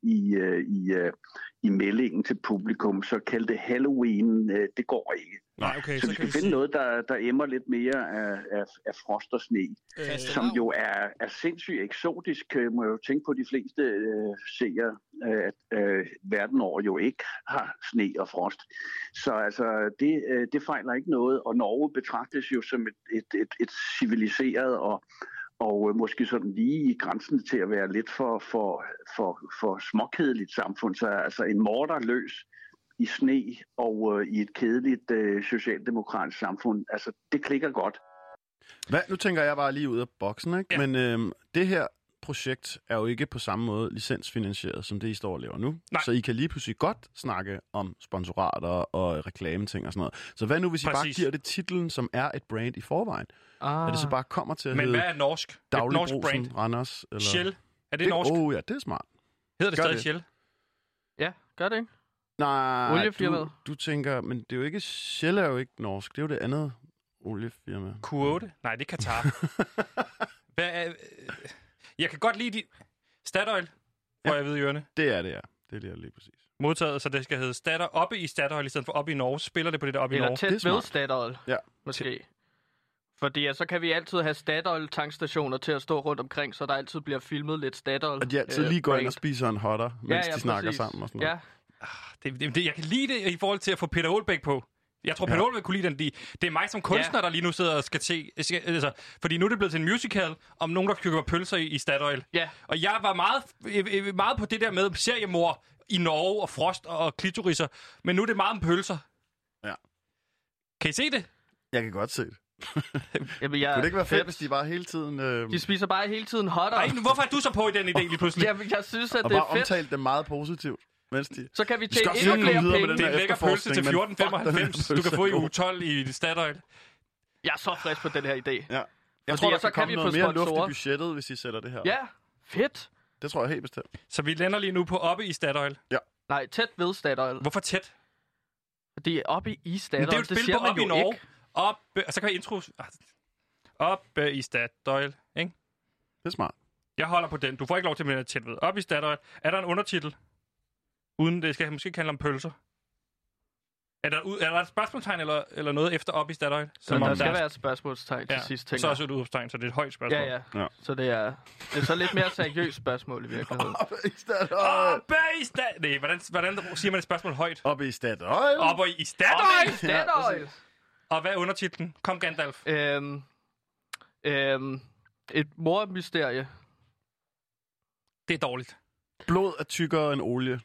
i meldingen til publikum, så kald det Halloween, det går ikke. Nej, okay, så vi skal finde noget, der emmer lidt mere af frost og sne, som jo er sindssygt eksotisk. Må jeg jo tænke på, de fleste seere, at verden over jo ikke har sne og frost. Så altså, det fejler ikke noget, og Norge betragtes jo som et civiliseret og måske sådan lige i grænsen til at være lidt for småkedeligt samfund. Så altså en morder løs i sne og i et kedeligt socialdemokratisk samfund, altså det klikker godt. Nu tænker jeg bare lige ud af boksen, ikke? Ja. Men det her projekt er jo ikke på samme måde licensfinansieret, som det I står og laver nu. Nej. Så I kan lige pludselig godt snakke om sponsorater og reklameting og sådan noget. Så hvad nu, hvis I bare giver det titlen, som er et brand i forvejen? At det så bare kommer til at hedde... Men hvad er norsk? Et norsk brand? Randers, eller... Shell? Er det norsk? Ja, det er smart. Hedder det stadig Shell? Ja, gør det ikke? Nej, oliefirmaet. Du tænker, men det er jo ikke... Shell er jo ikke norsk, det er jo det andet oliefirma. Q8? Nej, det er Qatar. Hvad er... Jeg kan godt lide de... Statoil, får jeg ved i ørene. Det er det, ja. Det er det lige præcis. Modtaget, så det skal hedde Statoil oppe i Statoil, i stedet for oppe i Norge. Spiller det på det der oppe i Norge? Eller tæt ved Statoil, ja. måske. Fordi så kan vi altid have Statoil-tankstationer til at stå rundt omkring, så der altid bliver filmet lidt Statoil. Og de altid lige går ind og spiser en hotter, mens de snakker sammen og sådan noget. Ja. Jeg kan lide det i forhold til at få Peter Aalbæk på. Jeg tror, Peter Aalbæk kunne lide den. Det er mig som kunstner, der lige nu sidder og skal se... Altså, fordi nu er det blevet til en musical om nogen, der køber pølser i Statoil. Ja. Og jeg var meget på det der med seriemor i Norge og frost og klitoriser. Men nu er det meget om pølser. Ja. Kan I se det? Jeg kan godt se det. Jamen, kunne det ikke være fedt, hvis de bare hele tiden... De spiser bare hele tiden hotter. Ej, hvorfor er du så på i den idé lige pludselig? Jamen, jeg synes, at og det er fedt. Og bare omtale dem meget positivt. Så kan vi tjene endnu flere penge. Det er en lækker pølse til 14,95, du kan få i uge 12 i Statoil. Jeg er så frisk på den her idé. Ja. Jeg tror, der så kan vi noget mere luft i budgettet, hvis I sætter det her. Ja, fedt. Det tror jeg helt bestemt. Så vi lander lige nu på oppe i Statoil? Ja. Nej, tæt ved Statoil. Hvorfor tæt? Fordi oppe i Statoil, det er jo et spil på oppe i Norge. Og så kan jeg intro... Oppe i Statoil, ikke? Det er smart. Jeg holder på den. Du får ikke lov til at være tæt ved. Oppe i Statoil. Er der en undertitel? Uden det skal måske ikke handle om pølser. Er der et spørgsmålstegn eller noget efter op i Statoil? Der skal være et spørgsmålstegn til sidst, tænker jeg. Så også et udopstegn, så det er et højt spørgsmål. Ja. Så det er så lidt mere seriøst spørgsmål i virkeligheden. Oppe i Statoil! Oppe i Statoil! Nej, hvordan siger man et spørgsmål højt? Oppe i Statoil! Oppe i Statoil! Oppe i Statoil! Og hvad er undertitlen? Kom, Gandalf. Et mordmysterie. Det er dårligt. Blod er tykkere end olie.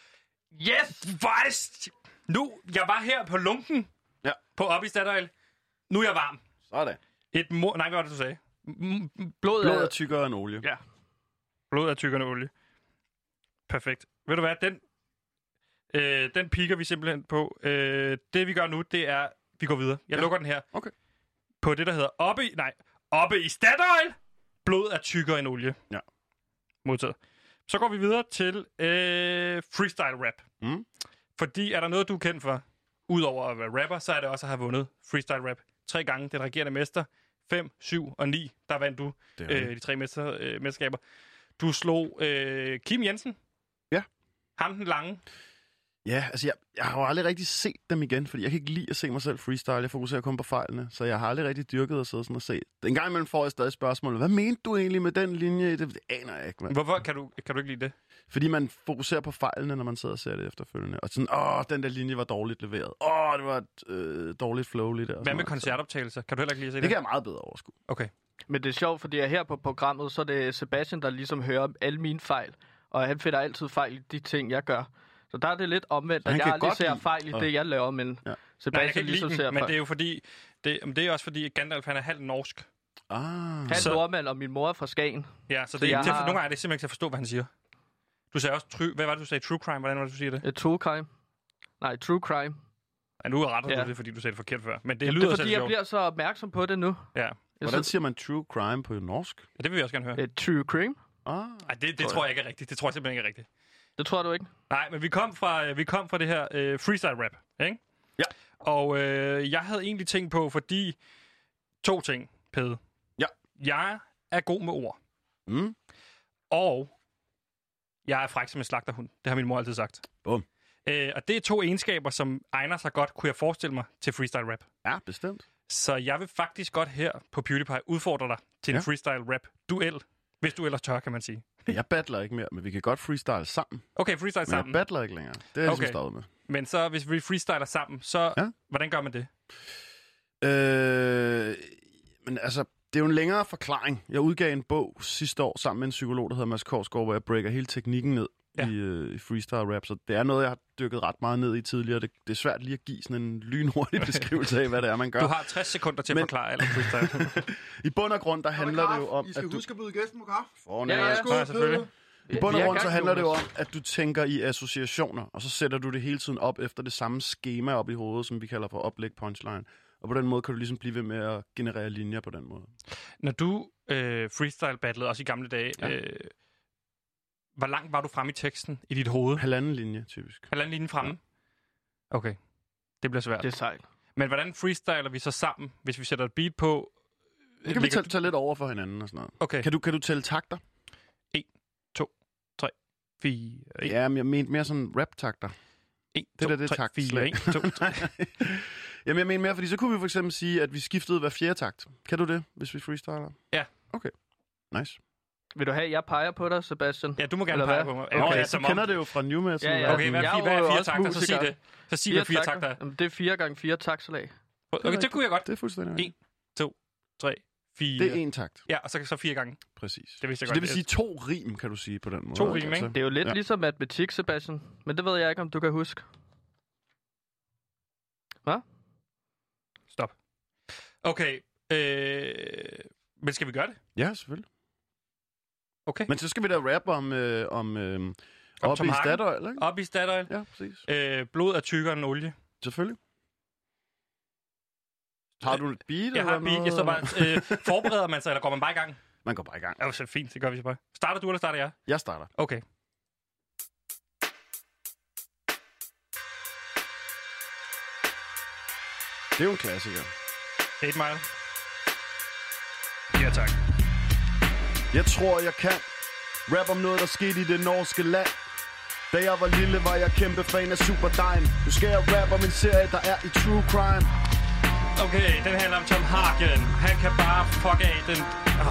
Yes! Nu, jeg var her på lunken. Ja. På op i Statoil. Nu er jeg varm. Sådan. Nej, hvad var det, du sagde? Blod er tykkere end olie. Ja. Blod er tykkere end olie. Perfekt. Ved du hvad, den piker vi simpelthen på. Det vi gør nu, det er, vi går videre. Jeg lukker den her. Okay. På det, der hedder oppe i Statoil. Blod er tykkere end olie. Ja. Modtaget. Så går vi videre til freestyle rap. Mm. Fordi er der noget, du er kendt for, udover at være rapper, så er det også at have vundet freestyle rap 3 gange. Den regerende mester. 5, 7 og 9. Der vandt du de 3 mesterskaber. Du slog Kim Jensen. Ja. Ham den lange. Ja, altså jeg har jo aldrig rigtig set dem igen, fordi jeg kan ikke lide at se mig selv freestyle. Jeg fokuserer kun på fejlene, så jeg har aldrig rigtig dyrket at sidde sådan og se. En gang imellem får jeg stadig spørgsmål. Hvad mente du egentlig med den linje? Det aner jeg ikke, man. Hvorfor kan du ikke lide det? Fordi man fokuserer på fejlene, når man sidder og ser det efterfølgende. Og sådan, den der linje var dårligt leveret. Det var et dårligt flow lige der. Hvad med koncertoptagelser? Kan du heller ikke lide at se det? Det kan jeg meget bedre overskue. Okay. Men det er sjovt, fordi her på programmet, så er det Sebastian, der ligesom hører alle mine fejl. Og han finder altid fejl i de ting, jeg gør. Så der er det lidt omvendt, at jeg aldrig ser fejl i det, jeg laver, men Sebastian ligesom ser fejl. Men det er jo fordi, det er også fordi, Gandalf han er halvt norsk. Halvt nordmand, og min mor er fra Skagen. Ja, så det er nogle gange er det simpelthen ikke til at forstå, hvad han siger. Du sagde også, hvad var det, du sagde? True crime? Hvordan var det, du siger det? True crime. Nej, true crime. Ja, nu er du det, fordi du sagde det forkert før. Men det lyder det er fordi, jeg bliver så opmærksom på det nu. Ja. Hvordan siger man true crime på norsk? Ja, det vil vi også gerne høre. True crime. Ej, det tror jeg ikke er rigtigt. Det tror jeg simpelthen ikke er rigtigt. Det tror du ikke? Nej, men vi kom fra det her freestyle rap, ikke? Ja. Og jeg havde egentlig tænkt på, fordi 2 ting, Pede. Ja. Jeg er god med ord. Og jeg er fræk som en slagterhund. Det har min mor altid sagt. Bum. Og det er 2 egenskaber, som egner sig godt, kunne jeg forestille mig, til freestyle rap. Ja, bestemt. Så jeg vil faktisk godt her på PewDiePie udfordre dig til en freestyle rap duel. Hvis du ellers tør, kan man sige. Jeg battler ikke mere, men vi kan godt freestyle sammen. Okay, freestyle Men sammen. jeg battler ikke længere. Det er jeg stoppet med. Men så hvis vi freestyler sammen, så hvordan gør man det? Men altså, det er jo en længere forklaring. Jeg udgav en bog sidste år sammen med en psykolog, der hedder Mads Korsgaard, hvor jeg breaker hele teknikken ned i freestyle rap. Så det er noget, jeg har dykket ret meget ned i tidligere. Det er svært lige at give sådan en lynhurtig beskrivelse af, hvad det er, man gør. Du har 60 sekunder til at forklare alt freestyle. I bund og grund, der handler det jo om, I skal huske at byde gæsten på kaffe. Ja, selvfølgelig. I bund og grund, så handler det jo om, at du tænker i associationer, og så sætter du det hele tiden op efter det samme schema op i hovedet, som vi kalder for oplæg punchline. Og på den måde kan du ligesom blive ved med at generere linjer på den måde. Når du freestyle-battlede, også i gamle dage, hvor langt var du fremme i teksten i dit hoved? 1,5 linje, typisk. 1,5 linje fremme? Ja. Okay. Det bliver svært. Det er sejt. Men hvordan freestyler vi så sammen, hvis vi sætter et beat på? Det kan vi tage lidt over for hinanden og sådan noget. Okay. Kan du tælle takter? 1, 2, 3, 4... Ja, men jeg mente mere sådan rap-takter. 1, 2, det 3, 4, 1, 2, 3. Jamen, jeg mener mere, fordi så kunne vi for eksempel sige, at vi skiftede hver 4. takt. Kan du det, hvis vi freestyler? Ja. Okay. Nice. Vil du have, at jeg peger på dig, Sebastian? Ja, du må gerne pege på mig. Okay, så kender det jo fra New Metal. Ja. Okay, hvad er 4 takter? Så sig det. Så sig, hvad 4 takter er. Jamen, det er 4 gange 4 taktslag. Okay, det kunne jeg godt. Det er fuldstændig 1, 2, 3, 4. Det er 1 takt. Ja, og så 4 gange. Præcis. Det vidste jeg så godt. det vil sige 2 rim, kan du sige på den måde. 2 rim, ikke? Det er jo lidt ligesom matematik, Sebastian. Men det ved jeg ikke, om du kan huske. Hvad? Stop. Okay. Men skal vi gøre det? Ja, selvfølgelig. Okay. Men så skal vi da rappe om Oppe i Statoil, ikke? Oppe i Statoil. Ja, præcis. Blod er tykkere end olie. Selvfølgelig. Har du et beat? Jeg har et beat. Jeg står bare... forbereder man sig, eller går man bare i gang? Man går bare i gang. Ja, så fint. Det gør vi så bare. Starter du, eller starter jeg? Jeg starter. Okay. Det er jo en klassiker. 8 Mile. Ja, tak. Jeg tror, jeg kan rap om noget, der skete i det norske land. Da jeg var lille, var jeg kæmpe fan af Superdime. Nu skal jeg rap om en serie, der er i True Crime. Okay, den handler om Tom Hagen. Han kan bare fuck af den...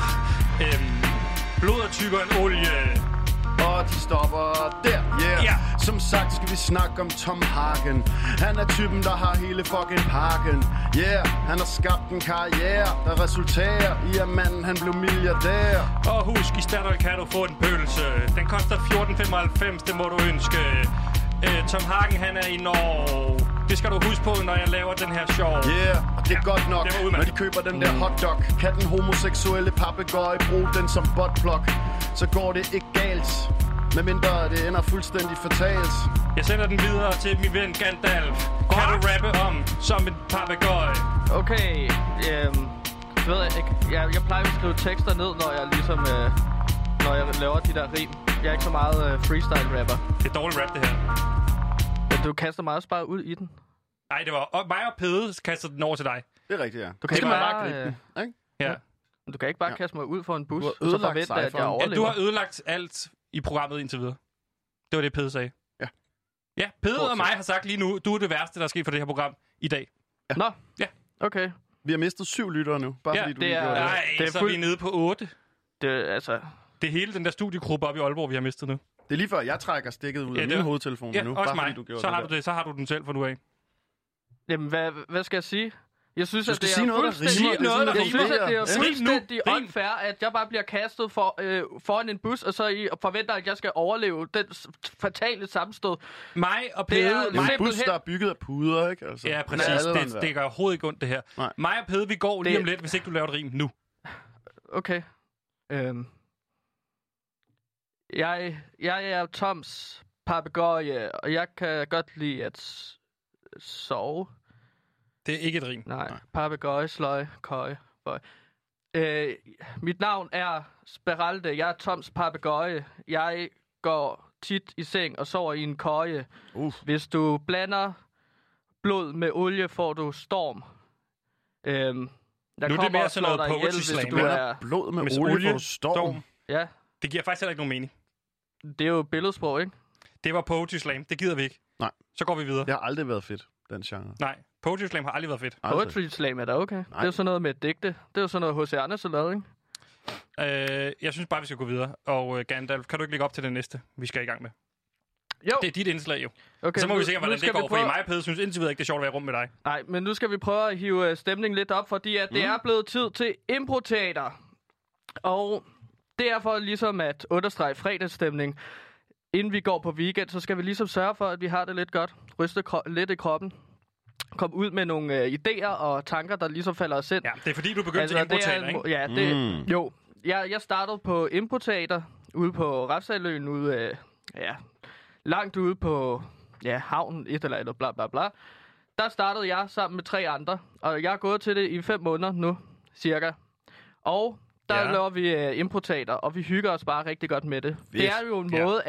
blod er tykkere end olie. Og de stopper der, yeah. Som sagt skal vi snakke om Tom Hagen. Han er typen, der har hele fucking parken. Yeah, han har skabt en karriere, der resulterer i, at manden han blev milliardær. Og husk, i Statoil kan du få en pølse. Den koster 14,95, det må du ønske. Tom Hagen, han er i Norge. Det skal du huske på, når jeg laver den her show. Yeah, og det er godt nok, når de køber den der hotdog. Kan den homoseksuelle papegøje bruge den som buttplug, så går det ikke galt. Medmindre det ender fuldstændig fatalt. Jeg sender den videre til min ven Gandalf. Kan du rappe om som en papegøje? Okay, ved jeg ikke. Jeg plejer at skrive tekster ned, når jeg ligesom... når jeg laver de der rim. Jeg er ikke så meget freestyle-rapper. Det er dårligt rap, det her. Men du kaster meget bare ud i den. Nej, det var mig og Pede kastede den over til dig. Det er rigtigt, ja. Du kan ikke bare gribe den, ikke? Ja. Men du kan ikke bare kaste mig ud for en bus, og så forvente, at jeg overlever. Ja, du har ødelagt alt i programmet indtil videre. Det var det, Pede sagde. Ja. Ja, Pede og mig har sagt lige nu, du er det værste, der er sket for det her program i dag. Ja. Nå, ja. Okay. Vi har mistet 7 lyttere nu, bare fordi du lige gjorde det. Nej, så er vi nede på 8. Det er hele den der studiegruppe op i Aalborg, vi har mistet nu. Det er lige før, jeg trækker stikket ud af min hovedtelefon nu. Også bare mig. Fordi du gjorde så har du det. Så har du den selv for nu af. Jamen, hvad skal jeg sige? Jeg synes, at det er fuldstændig unfair, at jeg bare bliver kastet foran en bus, og så forventer, at jeg skal overleve den fatale sammenstød. Mig og Pede... Det er en bus, der er bygget af puder, ikke? Altså, ja, præcis. Det gør overhovedet ikke ondt, det her. Nej. Mig og Pede, vi går lige om lidt, hvis ikke du laver et rim nu. Okay. Jeg er Toms papegøje, og jeg kan godt lide at sove. Det er ikke et rim. Nej. Papegøje, sløj, køje, bøj. Mit navn er Speralde. Jeg er Toms papegøje. Jeg går tit i seng og sover i en køje. Hvis du blander blod med olie får du storm. Jeg Nu er det mere sådan noget poetry slam. Du er... Blod med Hvis olie får du storm. Ja, Det giver faktisk heller ikke nogen mening. det er jo billedsprog, ikke? Det var poetry slam. Det gider vi ikke. Nej. Så går vi videre. Det har aldrig været fedt, den genre. Nej, poetry slam har aldrig været fedt. Aldrig. Poetry slam er da okay. Det er jo sådan noget med digte. Det er jo sådan noget H.C. Andersen lavede, ikke? Jeg synes bare, vi skal gå videre. Og Gandalf, kan du ikke lægge op til det næste, vi skal i gang med? Jo. Det er dit indslag jo. Okay, Så må vi se, hvordan det går, fordi prøve... mig og Pede synes indtil videre ikke, det er sjovt at være i rum med dig. Nej, men nu skal vi prøve at hive stemningen lidt op, fordi at det er blevet tid til improteater. Og det er for ligesom at understrege fredagsstemning. Inden vi går på weekend, så skal vi ligesom sørge for, at vi har det lidt godt. Ryste lidt i kroppen. Kom ud med nogle idéer og tanker, der ligesom falder os ind. Ja, det er fordi, du begyndte til improteater, ikke? Ja, det... Jo. Jeg startede på improteater ude på Refsaløen, ude... langt ude på havnen, et eller andet, bla bla bla. Der startede jeg sammen med 3 andre, og jeg er gået til det i 5 måneder nu, cirka. Og der laver vi improteater, og vi hygger os bare rigtig godt med det. Det er jo en måde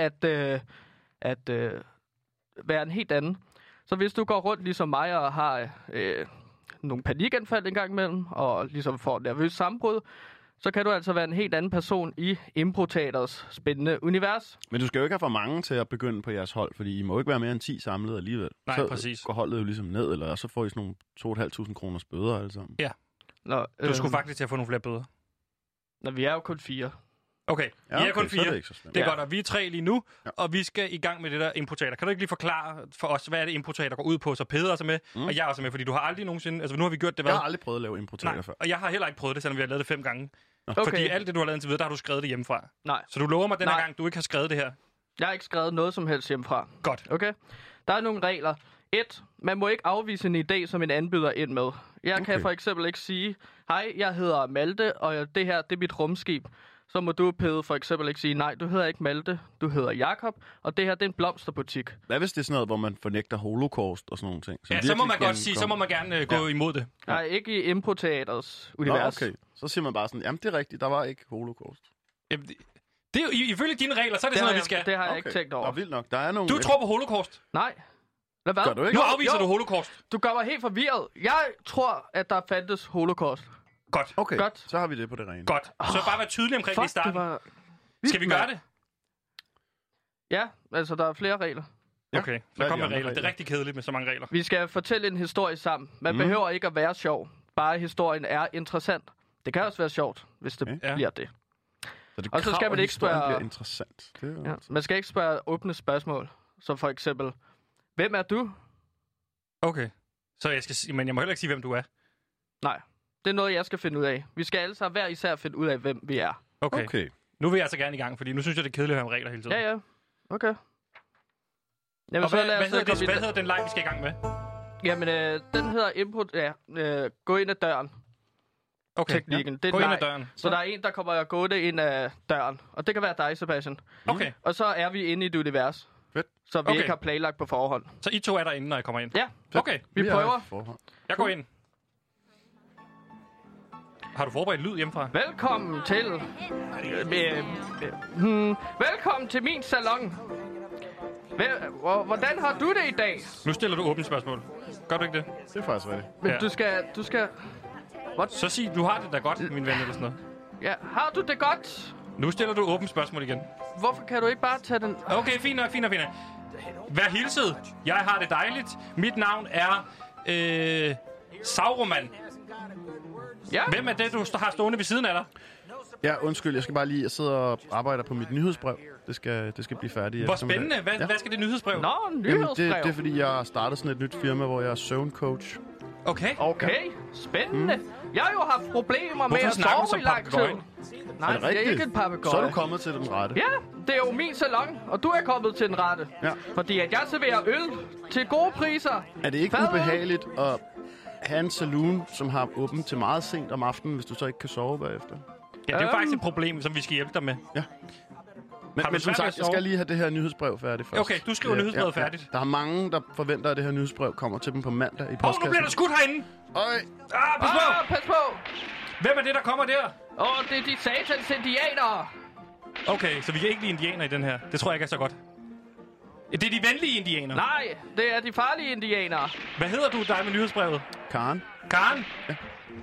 at være en helt anden. Så hvis du går rundt ligesom mig og har nogle panikanfald en gang imellem, og ligesom får nervøs sammenbrud, så kan du altså være en helt anden person i improteaters spændende univers. Men du skal jo ikke have for mange til at begynde på jeres hold, fordi I må ikke være mere end 10 samlet alligevel. Nej, så præcis. går holdet jo ligesom ned, eller så får I sådan nogle 2.500 kroners bøder alle sammen. Ja. Nå, Du skulle faktisk til at få nogle flere bøder. Når vi er jo kun 4. Okay, Ja, I er kun 4. så er det ikke så slemt. Det er godt, og vi er 3 lige nu, og vi skal i gang med det der improteater. Kan du ikke lige forklare for os, hvad er det improteater går ud på, så Peder også er med, og jeg er også med, fordi du har aldrig nogensinde... Altså, nu har vi gjort det, hvad? Jeg har aldrig prøvet at lave improteater før. Og jeg har heller ikke prøvet det, selvom vi har lavet det 5 gange. Okay. Fordi alt det, du har lavet indtil videre, der har du skrevet det hjemmefra. Nej. Så du lover mig den her Nej. gang, du ikke har skrevet det her. Jeg har ikke skrevet noget som helst hjemmefra. Godt. Okay? Der er nogle regler. 1. Man må ikke afvise en idé, som en anden byder ind med. Jeg kan for eksempel ikke sige, hej, jeg hedder Malte, og det her, det er mit rumskib. Så må du, Pede, for eksempel ikke sige, nej, du hedder ikke Malte, du hedder Jakob, og det her, det er en blomsterbutik. Hvad hvis det er sådan noget, hvor man fornægter holocaust og sådan nogle ting? Ja, så må man godt sige, så må man gerne gå imod det. Nej, ikke i improteaters univers. Okay, så siger man bare sådan, jamen det er rigtigt, der var ikke holocaust. Jamen, det er jo ifølge dine regler, så er det sådan noget, vi skal. Det har jeg ikke tænkt over. Nå, vildt nok. Der er nogle... Du tror på holocaust? Nej. Hvad? Gør du ikke? Nu afviser du holocaust. Du gør mig helt forvirret. Jeg tror, at der fandtes holocaust. Godt. Okay, Godt. så har vi det på det rene. Godt. Så bare være tydelig omkring det i starten. Skal vi gøre det? Ja, altså der er flere regler. Okay, så kom med regler. Det er rigtig kedeligt med så mange regler. Vi skal fortælle en historie sammen. Man behøver ikke at være sjov. Bare historien er interessant. Det kan også være sjovt, hvis det bliver det. Så det og så skal man ikke spørge... bliver interessant. Det er man skal ikke spørge åbne spørgsmål. Som for eksempel, hvem er du? Okay. Så jeg skal sige, men jeg må heller ikke sige, hvem du er. Nej, det er noget, jeg skal finde ud af. Vi skal alle sammen hver især finde ud af, hvem vi er. Okay. Nu vil jeg altså gerne i gang, fordi nu synes jeg, det er kedeligt at have om regler hele tiden. Ja. Okay. Jamen, og så hvad hedder den leg, vi skal i gang med? Jamen, den hedder input... gå ind ad døren. Okay. Teknikken. Det er gå ind ad døren. Så der er en, der kommer gående ind ad døren. Og det kan være dig, Sebastian. Okay. Og så er vi inde i et univers. Fedt. Så vi ikke har planlagt på forhånd. Så I 2 er derinde, når I kommer ind? Ja. Okay. Vi prøver. Jeg går ind. Har du forberedt lyd hjemmefra? Velkommen til... velkommen til min salon. Hvordan har du det i dag? Nu stiller du åbent spørgsmål. Gør du ikke det? Det er faktisk rigtigt. Men du skal... What? Så sig, du har det da godt, min ven, eller sådan noget. Ja, har du det godt? Nu stiller du åbent spørgsmål igen. Hvorfor kan du ikke bare tage den... Okay, fint nok. Vær hilset. Jeg har det dejligt. Mit navn er... Sauroman. Ja. Hvem er det, du har stående ved siden af dig? Ja, undskyld. Jeg skal bare lige... Jeg sidder og arbejder på mit nyhedsbrev. Det skal blive færdigt. Hvor spændende. Hvad skal det nyhedsbrev? Nå, nyhedsbrev. Jamen, det er fordi, jeg har startet sådan et nyt firma, hvor jeg er søvncoach. Okay. Spændende. Jeg har jo haft problemer med at sove i lang tid. Nej, det er ikke en papegøje. Så er du kommet til den rette. Ja, det er jo min salon, og du er kommet til den rette. Ja. Fordi at jeg serverer øl til gode priser. Er det ikke ubehageligt at have en saloon, som har åbent til meget sent om aftenen, hvis du så ikke kan sove bagefter? Ja, det er jo faktisk et problem, som vi skal hjælpe dig med. Ja. Men som sagt, jeg skal lige have det her nyhedsbrev færdigt først. Okay, du skriver nyhedsbrevet færdigt. Der er mange, der forventer, at det her nyhedsbrev kommer til dem på mandag i postkassen. Nu bliver der skudt herinde! Pas på! Hvem er det, der kommer der? Det er de satans indianere! Okay, så vi kan ikke lide indianer i den her. Det tror jeg ikke er så godt. Det er de venlige indianere. Nej, det er de farlige indianere. Hvad hedder du, dig med nyhedsbrevet? Karen? Karen? Ja.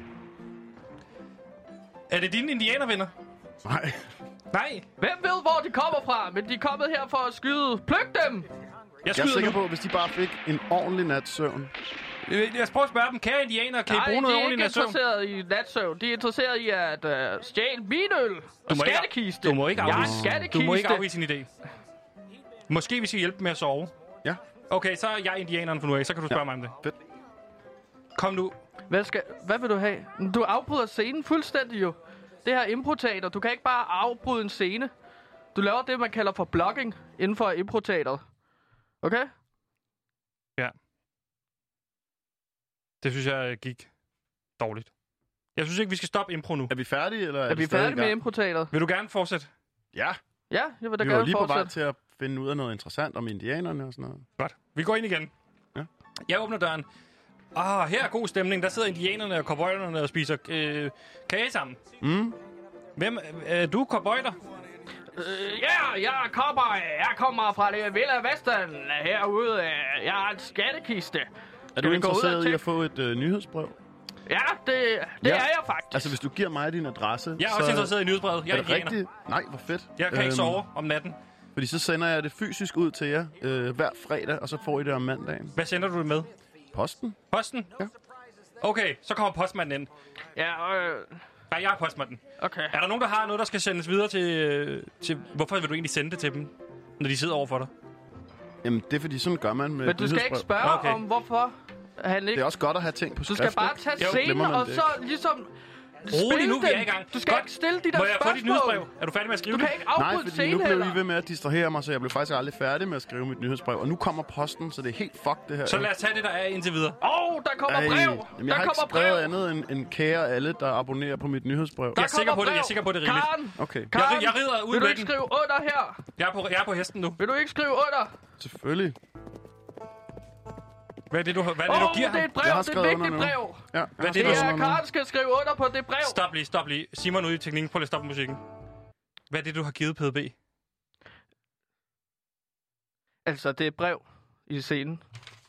Er det dine indianervenner? Nej. Nej. Hvem ved, hvor de kommer fra? Men de er kommet her for at skyde. Pløk dem! Jeg er sikker på, hvis de bare fik en ordentlig nats søvn. Jeg prøver at spørge dem, kære indianere, kan I bruge noget ordentligt natsøvn? Nej, de er ikke interesseret i natsøvn. De er interesseret i at stjæle vinøl og skattekiste. Du må ikke afvise, skattekiste. du må ikke afvise en idé. Måske hvis I hjælper med at sove. Ja. Okay, så er jeg indianeren for nu af, så kan du spørge mig om det. Fedt. Kom nu. Hvad vil du have? Du afbryder scenen fuldstændig jo. Det her improteater. Du kan ikke bare afbryde en scene. Du laver det, man kalder for blocking inden for improteateret. Okay? Ja. Det synes jeg gik dårligt. Jeg synes ikke, vi skal stoppe impro nu. Er vi færdige, eller er vi færdige med improteateret? Vil du gerne fortsætte? Ja. Ja, jeg vil da vi gerne var lige fortsætte. på vej til at finde ud af noget interessant om indianerne og sådan noget. Godt. Vi går ind igen. Ja. Jeg åbner døren. Her er god stemning. Der sidder indianerne og cowboyderne og spiser kage sammen. Hvem er du, cowboyder? Ja, jeg er cowboy. Jeg kommer fra det Villa Western herude. Jeg har en skattekiste. Er du interesseret i at få et nyhedsbrev? Ja, det er jeg faktisk. Altså, hvis du giver mig din adresse... Jeg er også interesseret i nyhedsbrevet. Jeg er indianer. Rigtigt? Nej, hvor fedt. Jeg kan ikke sove om natten. Fordi så sender jeg det fysisk ud til jer hver fredag, og så får I det om mandagen. Hvad sender du det med? Posten? Posten? Ja. Okay, så kommer postmanden ind. Ja, Nej, jeg er postmanden. okay. Er der nogen, der har noget, der skal sendes videre til... Hvorfor vil du egentlig sende det til dem, når de sidder overfor dig? Jamen, det er fordi, sådan gør man med Men du skal ikke spørge Okay. om, hvorfor han ikke... Det er også godt at have ting på Du skrift. skal bare tage Jo, scenen, glemmer man og det så ligesom... Rolig nu, vi er dem. i gang. Du skal Godt. ikke stille de der Må jeg få dit spørgsmål. nyhedsbrev? Er du færdig med at skrive Du det? kan ikke Nej, afbryde fordi scenen nu blev heller. I ved med at distrahere mig, så jeg blev faktisk aldrig færdig med at skrive mit nyhedsbrev. Og nu kommer posten, så det er helt fuck det her. Så lad os tage det, der er indtil videre. Der kommer brev. Jamen, jeg Der har ikke kommer skrevet brev. andet end kære alle, der abonnerer på mit nyhedsbrev. Jeg er sikker på det. brev. Jeg er sikker på det er rigeligt. Karen, Okay, Karen, Jeg rider ud vil du med ikke den. skrive under her? Jeg er på hesten nu. Vil du ikke skrive under? selvfølgelig. Hvad er det, du giver det er ham? et brev. Jeg har Det er skrevet et under vigtigt nu. brev. Ja, Hvad er det, Det du er, Karen skal skrive under på det brev. Stop lige. Simon ude i teknikken. Prøv lige at stoppe musikken. Hvad er det, du har givet PDB? Altså, det er et brev i scenen.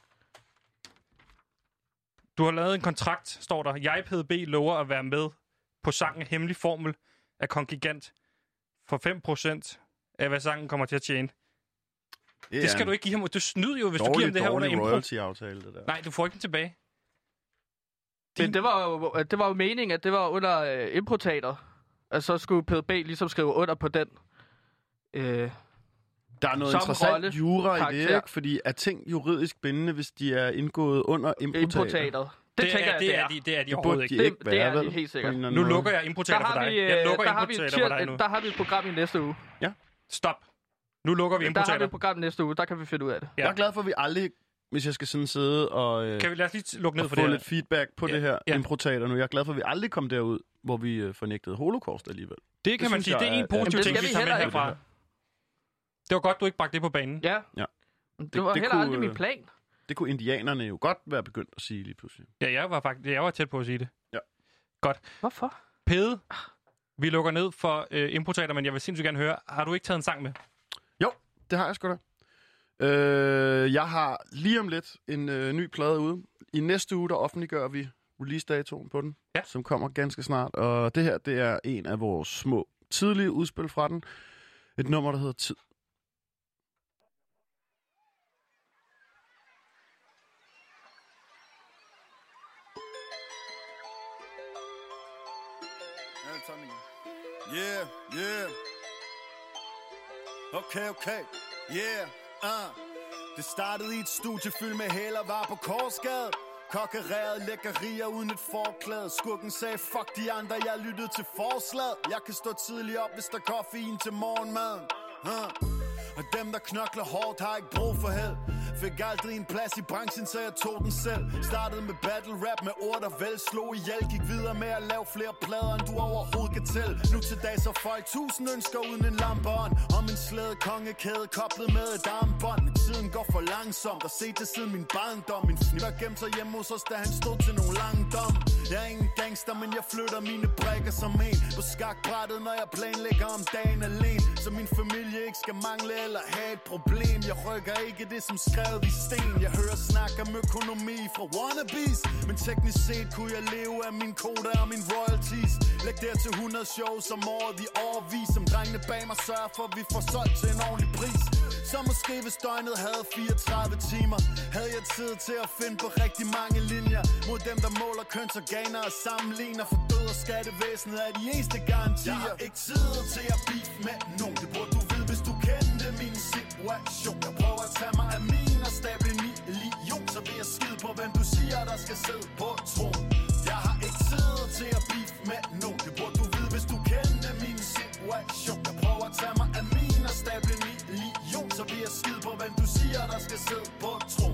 Du har lavet en kontrakt, står der. Jeg, PDB, lover at være med på sangen Hemmelig Formel af Kongigant for 5% af, hvad sangen kommer til at tjene. Det skal du ikke give ham. Du snyder jo, hvis du giver ham det her under impro. royalty-aftale, det der. Nej, du får ikke den tilbage. Men det var jo meningen, at det var under improteater. Og så skulle PDB ligesom skrive under på den. Der er noget Som interessant rolle, jura i det, karakter. ikke? Fordi er ting juridisk bindende, hvis de er indgået under improteater? Improteater. Det tænker jeg, det er. Det er de Det overhovedet burde ikke. de ikke Det være, er de vel? helt sikkert. På en eller Nu anden lukker måde. jeg improteater for dig. Jeg lukker improteater for dig nu. Der har vi et program i næste uge. Stop. Nu lukker vi Der har vi improteater. et program næste uge. Der kan vi finde ud af det. Ja. Jeg er glad for, at vi aldrig, hvis jeg skal sådan sidde og, Kan vi lade os lige lukke ned og for få det lidt feedback på det her Ja. improteater nu. Jeg er glad for, at vi aldrig kom derud, hvor vi fornægtede holocaust alligevel. Det kan man synes sige. jeg Det er en er- positiv Jamen, det ting, skal vi vi tager med heller ikke. herfra. Det var godt, du ikke bragte det på banen. Ja. Ja. Det var det heller kunne, aldrig min plan. Det kunne indianerne jo godt være begyndt at sige lige pludselig. Ja, jeg var tæt på at sige det. Ja. Godt. Hvorfor? Pede, vi lukker ned for improteater, men jeg vil sindssygt gerne høre, har du ikke taget en sang med? Jo, det har jeg sgu da. Jeg har lige om lidt en ny plade ude. I næste uge, der offentliggør vi release-datoen på den, Ja. som kommer ganske snart. Og det her, det er en af vores små tidlige udspil fra den. Et nummer, der hedder Tid. Yeah. Okay. Yeah. Det startede i et studie fyldt med hæler, var på Korsgade. Kokkereret lækkerier uden et forklæde. Skurken sagde, fuck de andre, jeg lyttede til forslaget. Jeg kan stå tidligt op, hvis der er koffein til morgenmaden. Og dem, der knokler hårdt, har ikke brug for held. Fik aldrig en plads i branchen, så jeg tog den selv. Startede med battle rap med ord, der vel slog ihjel. Gik videre med at lave flere plader, end du overhovedet kan tælle. Nu til dag så folk 1000 ønsker uden en lampeånd. Om en slæde kongekæde koblet med et armbånd. tiden går for langsomt. Og set det siden min barndom. Min fni var gemt sig hjemme hos os, da han stod til nogle lange dom. Jeg er ingen gangster, men jeg flytter mine brikker som en på skakbrættet, når jeg planlægger om dagen alene. Så min familie ikke skal mangle eller have et problem. Jeg rykker ikke det som skrevet i sten. Jeg hører snak om økonomi fra wannabes, men teknisk set kunne jeg leve af min koda og min royalties. Læg der til 100 shows om året i årvis. Som drengene bag mig sørger for, at vi får solgt til en ordentlig pris. Så måske hvis døgnet havde 34 timer, havde jeg tid til at finde på rigtig mange linjer mod dem, der måler kønsorganer og sammenligner. For død og skattevæsenet er de eneste garantier. Jeg har ikke tid til at beef med nogen. Det burde du vide, hvis du kendte min situation. Jeg prøver at tage mig af min og stable en million. Så vil jeg skide på, hvem du siger, der skal sidde på tron. Jeg har ikke tid til at beef med nogen. Det burde du vide, hvis du kendte min situation. Jeg prøver at tage mig af min og stable en million. Så vil jeg skide på, hvem du siger, der skal sidde på tron.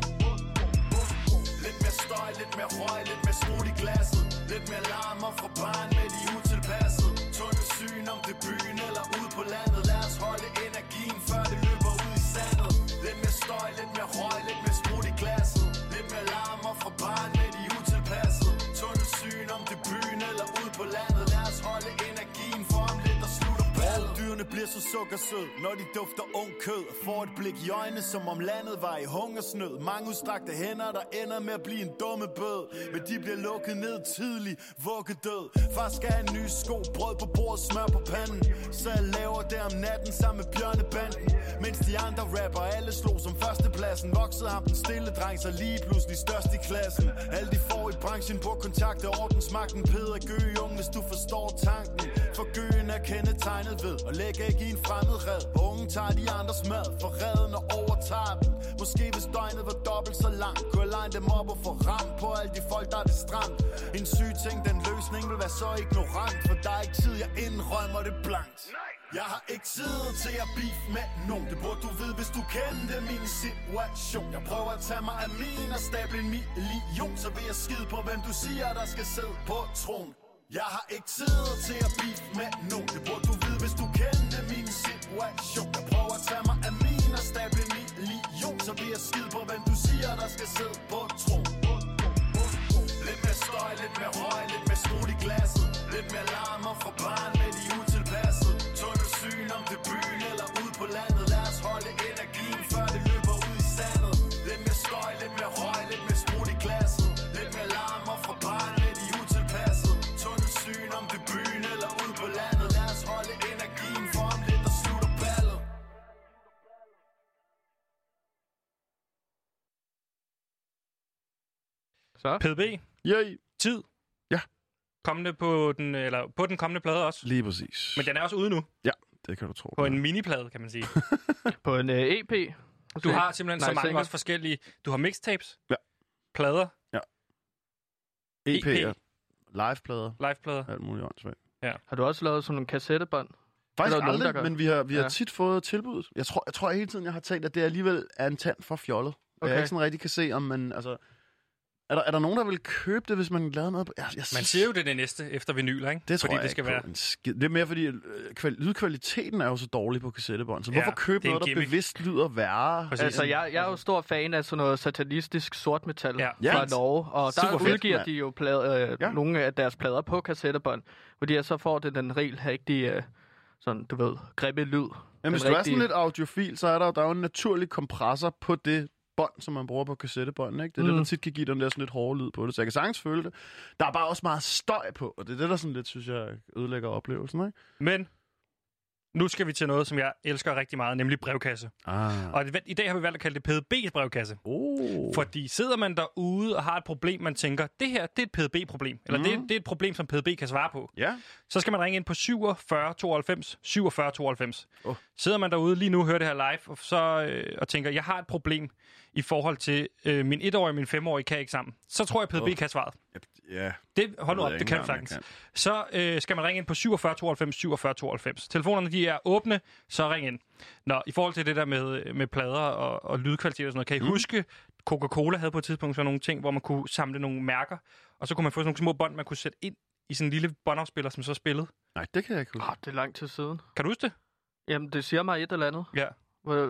Lidt mere støj, lidt mere røg, lidt mere smut i glasset. Lidt mere larmer fra barn med de utilpasset. Tunnelsyn om det byen eller ude på landet. Lad os holde energien, før det løber ud i sandet. Lidt mere støj, lidt mere røg, lidt mere smut i glasset. Lidt mere larmer fra barn med de utilpasset. Tunnelsyn om det byen eller ude på landet. Lad os holde energien, for om lidt der slutter ballet. Dyrene bliver så sukkersød, når de dufter ung kød. Og får et blik i øjnene, som om landet var i hungersnød. Mange udstrakte hænder, der ender med at blive en dumme bød. Men de bliver lukket ned tidlig, vuggedød. Far skal have en ny sko, brød på bordet, smør på panden. Så jeg laver det om natten sammen med bjørnebanden. Mens de andre rapper, alle slog som førstepladsen. Voksede ham den stille dreng, så lige pludselig størst i klassen. Alle de får i branchen på kontakt af ordensmagten. Peder Gøge, hvis du forstår tanken. For Gøgen er kendetegnet ved og lægger ikke i en fremmed red. Ungen tager de andres mad, for redden og overtager dem. Måske hvis døgnet var dobbelt så langt, kunne jeg line dem op og få ramt på alle de folk, der er det stramt. En syg ting, den løsning vil være så ignorant. For der er ikke tid, jeg indrømmer det blankt. Jeg har ikke tid til at beef med nogen. Det burde du vide, hvis du kendte min situation. Jeg prøver at tage mig af min og stable en million. Så vil jeg skide på, hvem du siger, der skal sidde på tron. Jeg har ikke tid til at beef med nogen. Det burde du vide, hvis du kendte min situation. Jeg prøver at tage mig af min og stable en million. Så vil jeg skide på, hvem du siger, der skal sidde på tron. Lidt mere støj, lidt mere røg, lidt mere smut i glasset. Lidt mere larmer fra barn med de utilpasset. Tunnelsyn om det byen eller ude på landet. Lad os holde energien, før det løber ud i sandet. Lidt mere støj, lidt mere røg, lidt mere smut i glasset. Lidt mere larmer fra barn med de utilpasset. Tunnelsyn om det byen eller ude på landet. Lad os holde energien, for om lidt der slutter ballet. Så. PDB. Yay. Tid. Ja. Kommende på den kommende plade også. Lige præcis. Men den er også ude nu. Ja, det kan du tro. På en miniplade, kan man sige. På en EP. Du har simpelthen så mange også forskellige... Du har mixtapes. Ja. Plader. Ja. EP'er. Liveplader. Liveplader. Alt muligt åndssvagt. Ja. Har du også lavet sådan nogle kassettebånd? Faktisk nogen, aldrig, men vi har tit fået tilbuddet. Jeg tror hele tiden, jeg har tænkt, at det alligevel er en tand for fjollet. Okay. Jeg ikke sådan rigtig kan se, om man... Altså, er der nogen, der vil købe det, hvis man lavede noget på... Man siger jo det næste efter vinyler, ikke? Det tror fordi jeg det skal være. Det er mere fordi, lydkvaliteten er jo så dårlig på kassettebånd. Så hvorfor købe noget, der bevidst lyder værre? Præcis. Altså, jeg er jo stor fan af sådan noget satanistisk sort metal fra Norge. Og der udgiver de jo nogle af deres plader på kassettebånd. Fordi så får det den rigtig sådan, du ved, grimme lyd. Men hvis du er sådan lidt audiofil, så er der jo en naturlig kompressor på det bånd, som man bruger på kassettebånd, ikke? Det er det, der tit kan give den der sådan lidt hårde lyd på det. Så jeg kan sagtens føle det. Der er bare også meget støj på, og det er det, der sådan lidt, synes jeg, ødelægger oplevelsen, ikke? Men nu skal vi til noget, som jeg elsker rigtig meget, nemlig brevkasse. Og i dag har vi valgt at kalde det PDB's brevkasse. Fordi sidder man derude og har et problem, man tænker, det her, det er et PDB-problem. Eller det er et problem, som PDB kan svare på. Ja. Så skal man ringe ind på 47 92 47 92. Sidder man derude lige nu, hører det her live, og tænker, jeg har et problem i forhold til min 1-årige og min 5-årige kan ikke sammen. Så tror jeg, PDB kan svare. Ja. Hold nu op, det kan du sagtens. Så skal man ringe ind på 47 92 47 92. Telefonerne, de er åbne, så ring ind. Nå, i forhold til det der med plader og lydkvalitet og sådan noget, kan I huske, Coca-Cola havde på et tidspunkt sådan nogle ting, hvor man kunne samle nogle mærker, og så kunne man få sådan nogle små bånd, man kunne sætte ind i sådan en lille båndafspiller, som så spillede? Nej, det kan jeg ikke huske. Det er lang tid siden. Kan du huske det? Jamen, det siger mig et eller andet. Ja.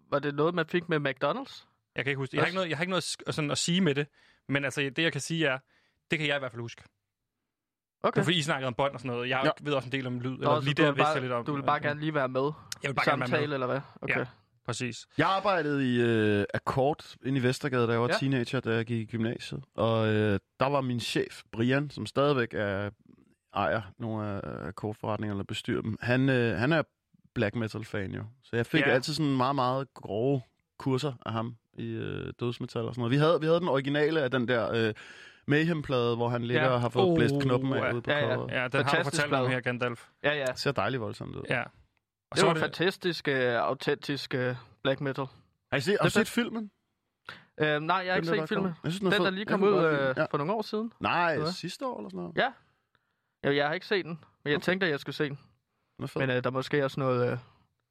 Var det noget, man fik med McDonald's? Jeg kan ikke huske det. Jeg har ikke noget sådan at sige med det, men altså, det jeg kan sige er, det kan jeg i hvert fald huske. Okay. Det var fordi, I snakkede om bånd og sådan noget. Jeg ved også en del om lyd. Eller lige der vidste jeg lidt om. Du vil bare gerne lige være med? Jeg vil bare samtale, gerne være med. Eller hvad? Okay. Ja, præcis. Jeg arbejdede i Akkord inde i Vestergade, da jeg var teenager, da jeg gik i gymnasiet. Og der var min chef, Brian, som stadigvæk ejer nogle af akkordforretninger, eller bestyrer dem. Han er black metal-fan jo. Så jeg fik altid sådan meget, meget grove kurser af ham i dødsmetal og sådan noget. Vi havde den originale af den der Mayhem-plade, hvor han ligger og har fået blæst knoppen af ude på coveret. Ja, den har du fortalt om her, Gandalf. Ja. Det ser dejligt voldsomt ud. Ja. Og det var fantastisk, autentisk black metal. Har I set filmen? Nej, jeg har ikke set filmen. Den der lige kom ud for nogle år siden. Nej, sidste år eller sådan noget. Ja, jeg har ikke set den, men jeg tænkte, at jeg skulle se den. Men der måske også noget...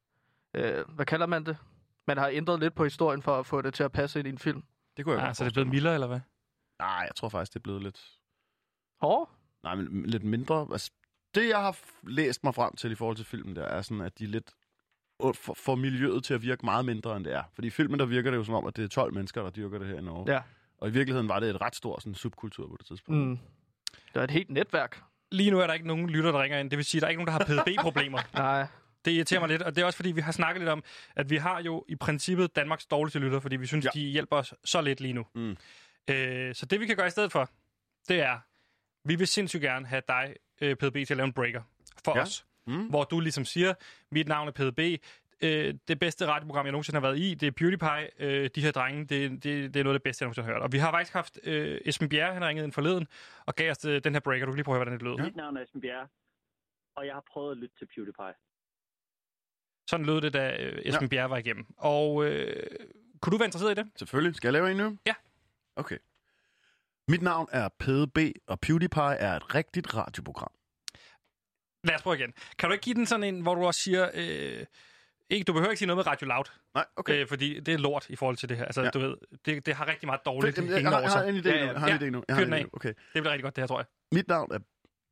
hvad kalder man det? Man har ændret lidt på historien for at få det til at passe ind i en film. Det kunne jeg godt. Så det er blevet mildere, eller hvad? Nej, jeg tror faktisk, det er blevet lidt... Hård? Nej, men lidt mindre. Altså, det, jeg har læst mig frem til i forhold til filmen, der er sådan, at de lidt får miljøet til at virke meget mindre, end det er. Fordi i filmen, der virker det jo som om, at det er 12 mennesker, der dyrker det her i Norge. Ja. Og i virkeligheden var det et ret stort sådan, subkultur på det tidspunkt. Det er et helt netværk. Lige nu er der ikke nogen lytter, der ringer ind. Det vil sige, at der er ikke nogen, der har PDB-problemer. Nej. Det irriterer mig lidt, og det er også fordi, vi har snakket lidt om, at vi har jo i princippet Danmarks dårligste lytter, fordi vi synes, de hjælper os så lidt lige nu. Så det, vi kan gøre i stedet for, det er, vi vil sindssygt gerne have dig, PDB, til at lave en breaker for os. Hvor du ligesom siger, mit navn er PDB, det bedste radioprogram, jeg nogensinde har været i, det er PewDiePie, de her drenge, det er noget af det bedste, jeg nogensinde har hørt. Og vi har faktisk haft Esben Bjerre, han ringede ind forleden, og gav os den her breaker. Du kan lige prøve at høre, hvordan det lød. Mit navn er Esben Bjerre, og jeg har prøvet at lytte til PewDiePie. Sådan lød det, da Esben Bjerre var igennem. Og kunne du være interesseret i det? Selvfølgelig. Skal jeg lave en nu? Ja. Okay. Mit navn er PDB, og PewDiePie er et rigtigt radioprogram. Lad os prøve igen. Kan du ikke give den sådan en, hvor du også siger... du behøver ikke sige noget med Radio Loud. Nej, okay. Fordi det er lort i forhold til det her. Altså, du ved, det har rigtig meget dårligt. Jeg har en idé nu. Okay. Det bliver rigtig godt, det her, tror jeg. Mit navn er...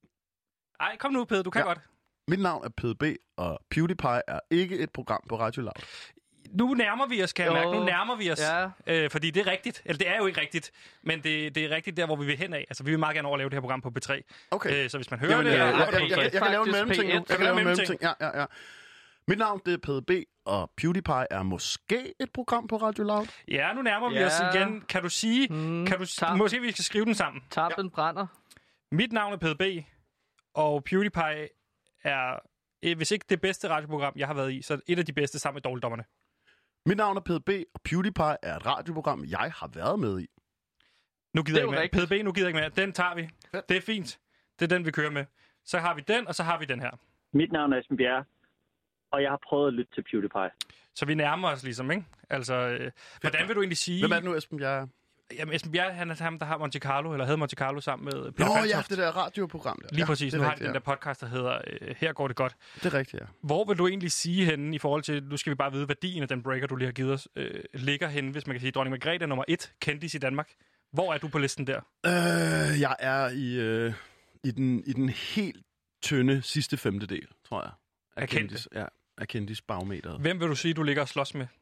Ej, kom nu, Peder. Du kan godt. Mit navn er PDB, og PewDiePie er ikke et program på Radio Loud. Nu nærmer vi os, kan jeg mærke. Nu nærmer vi os. Ja. Fordi det er rigtigt. Eller det er jo ikke rigtigt, men det er rigtigt der, hvor vi vil hen af. Altså, vi vil meget gerne overleve det her program på B3. Okay. Så hvis man hører det... Jeg kan lave en mellemting nu. Ja. Mit navn, det er PDB, og PewDiePie er måske et program på Radio Loud. Ja, nu nærmer vi os igen. Kan du sige... måske vi skal skrive den sammen. Tappen brænder. Mit navn er PDB, og PewDiePie er... Hvis ikke det bedste radioprogram, jeg har været i, så er det et af de bedste sammen med Dårligdommerne. Mit navn er PDB, og PewDiePie er et radioprogram, jeg har været med i. Nu gider jeg ikke mere. PDB, nu gider jeg ikke mere. Den tager vi. Fedt. Det er fint. Det er den, vi kører med. Så har vi den, og så har vi den her. Mit navn er Esben Bjerre, og jeg har prøvet at lytte til PewDiePie. Så vi nærmer os ligesom, ikke? Altså, hvordan vil du egentlig sige... Hvem er det nu, Esben Bjerre? Jamen, Esben Bjerre, han er ham, der har Monte Carlo, eller havde Monte Carlo sammen med Peter Fantoft. Det der radioprogram der. Lige præcis. Nu har den der podcast, der hedder Her går det godt. Det er rigtigt, ja. Hvor vil du egentlig sige henne i forhold til, nu skal vi bare vide, værdien af den breaker, du lige har givet os, ligger henne, hvis man kan sige, Dronning Margrethe er nummer 1 kendis i Danmark. Hvor er du på listen der? Jeg er i den helt tynde sidste femtedel, tror jeg. Af kendis? Ja, af kendis barometeret. Hvem vil du sige, du ligger og slås med?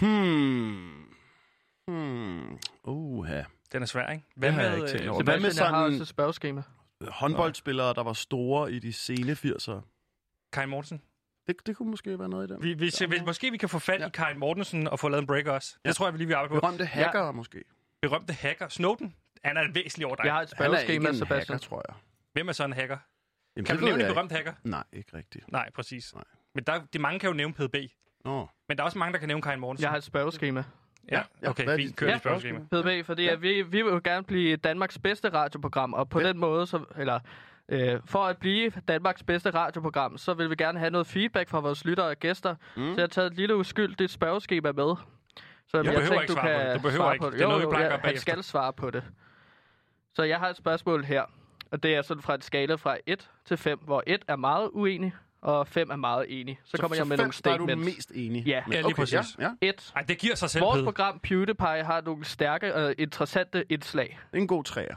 Den er svær, ikke? Hvad med Sebastian, har også et spørgeskema. Håndboldspillere, der var store i de sene 80'ere. Karin Mortensen? Det kunne måske være noget i den. Måske vi kan få fat i Karin Mortensen og få lavet en breaker også. Det tror jeg, vi lige vil arbejde på. Berømte hacker måske. Berømte hacker. Snowden? Han er væsentligt over dig. Jeg har et spørgeskema, Sebastian. Hacker, tror jeg. Hvem er så en hacker? Jamen, kan du nævne en berømt hacker? Nej, ikke rigtigt. Nej, præcis. Nej. Men de mange kan jo nævne PDB. Men der er også mange, der kan nævne Karin Mortensen. Jeg har et spørgeskema. Ja, okay, vi kører et spørgeskema. PDB, fordi at vi vil jo gerne blive Danmarks bedste radioprogram, og på den måde, for at blive Danmarks bedste radioprogram, så vil vi gerne have noget feedback fra vores lyttere og gæster. Så jeg har taget et lille uskyldigt spørgeskema med. Så jeg behøver ikke svare på det. Du behøver ikke. Det er noget, vi plejer at gøre bagefter. Han skal svare på det. Så jeg har et spørgsmål her, og det er sådan fra en skala fra 1 til 5, hvor 1 er meget uenig, og 5 er meget enig. Så kommer jeg med nogle statements. Så 5 er du mest enig? Ja, lige præcis. Ja. 1. Ej, det giver sig selv. Vores program PewDiePie har nogle stærke og interessante indslag. En god 3'er.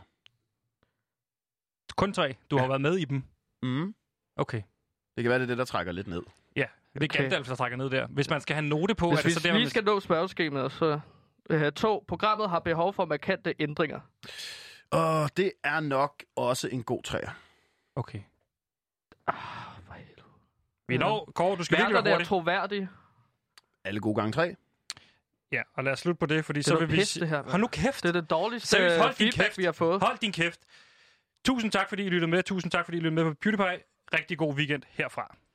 Kun 3? Du har været med i dem? Mm. Okay. Det kan være, det er det, der trækker lidt ned. Ja, Det er Gandalf, der trækker ned der. Hvis man skal have note på... Hvis er det så vi der, lige skal nå spørgeskemaet, så... 2. Programmet har behov for markante ændringer. Og det er nok også en god træer. Okay. For helvede. Vi når, Kåre, du skal virkelig Værter være der er hurtig. troværdige. Alle gode gange 3. Ja, og lad os slutte på det, fordi Det så er vil noget vi... pis, det her. Hold nu kæft! Det er det dårligste Seriøst, hold din feedback, kæft. vi har fået. Hold din kæft. Tusind tak, fordi I lyttede med. Tusind tak, fordi I lyttede med på PewDiePie. Rigtig god weekend herfra.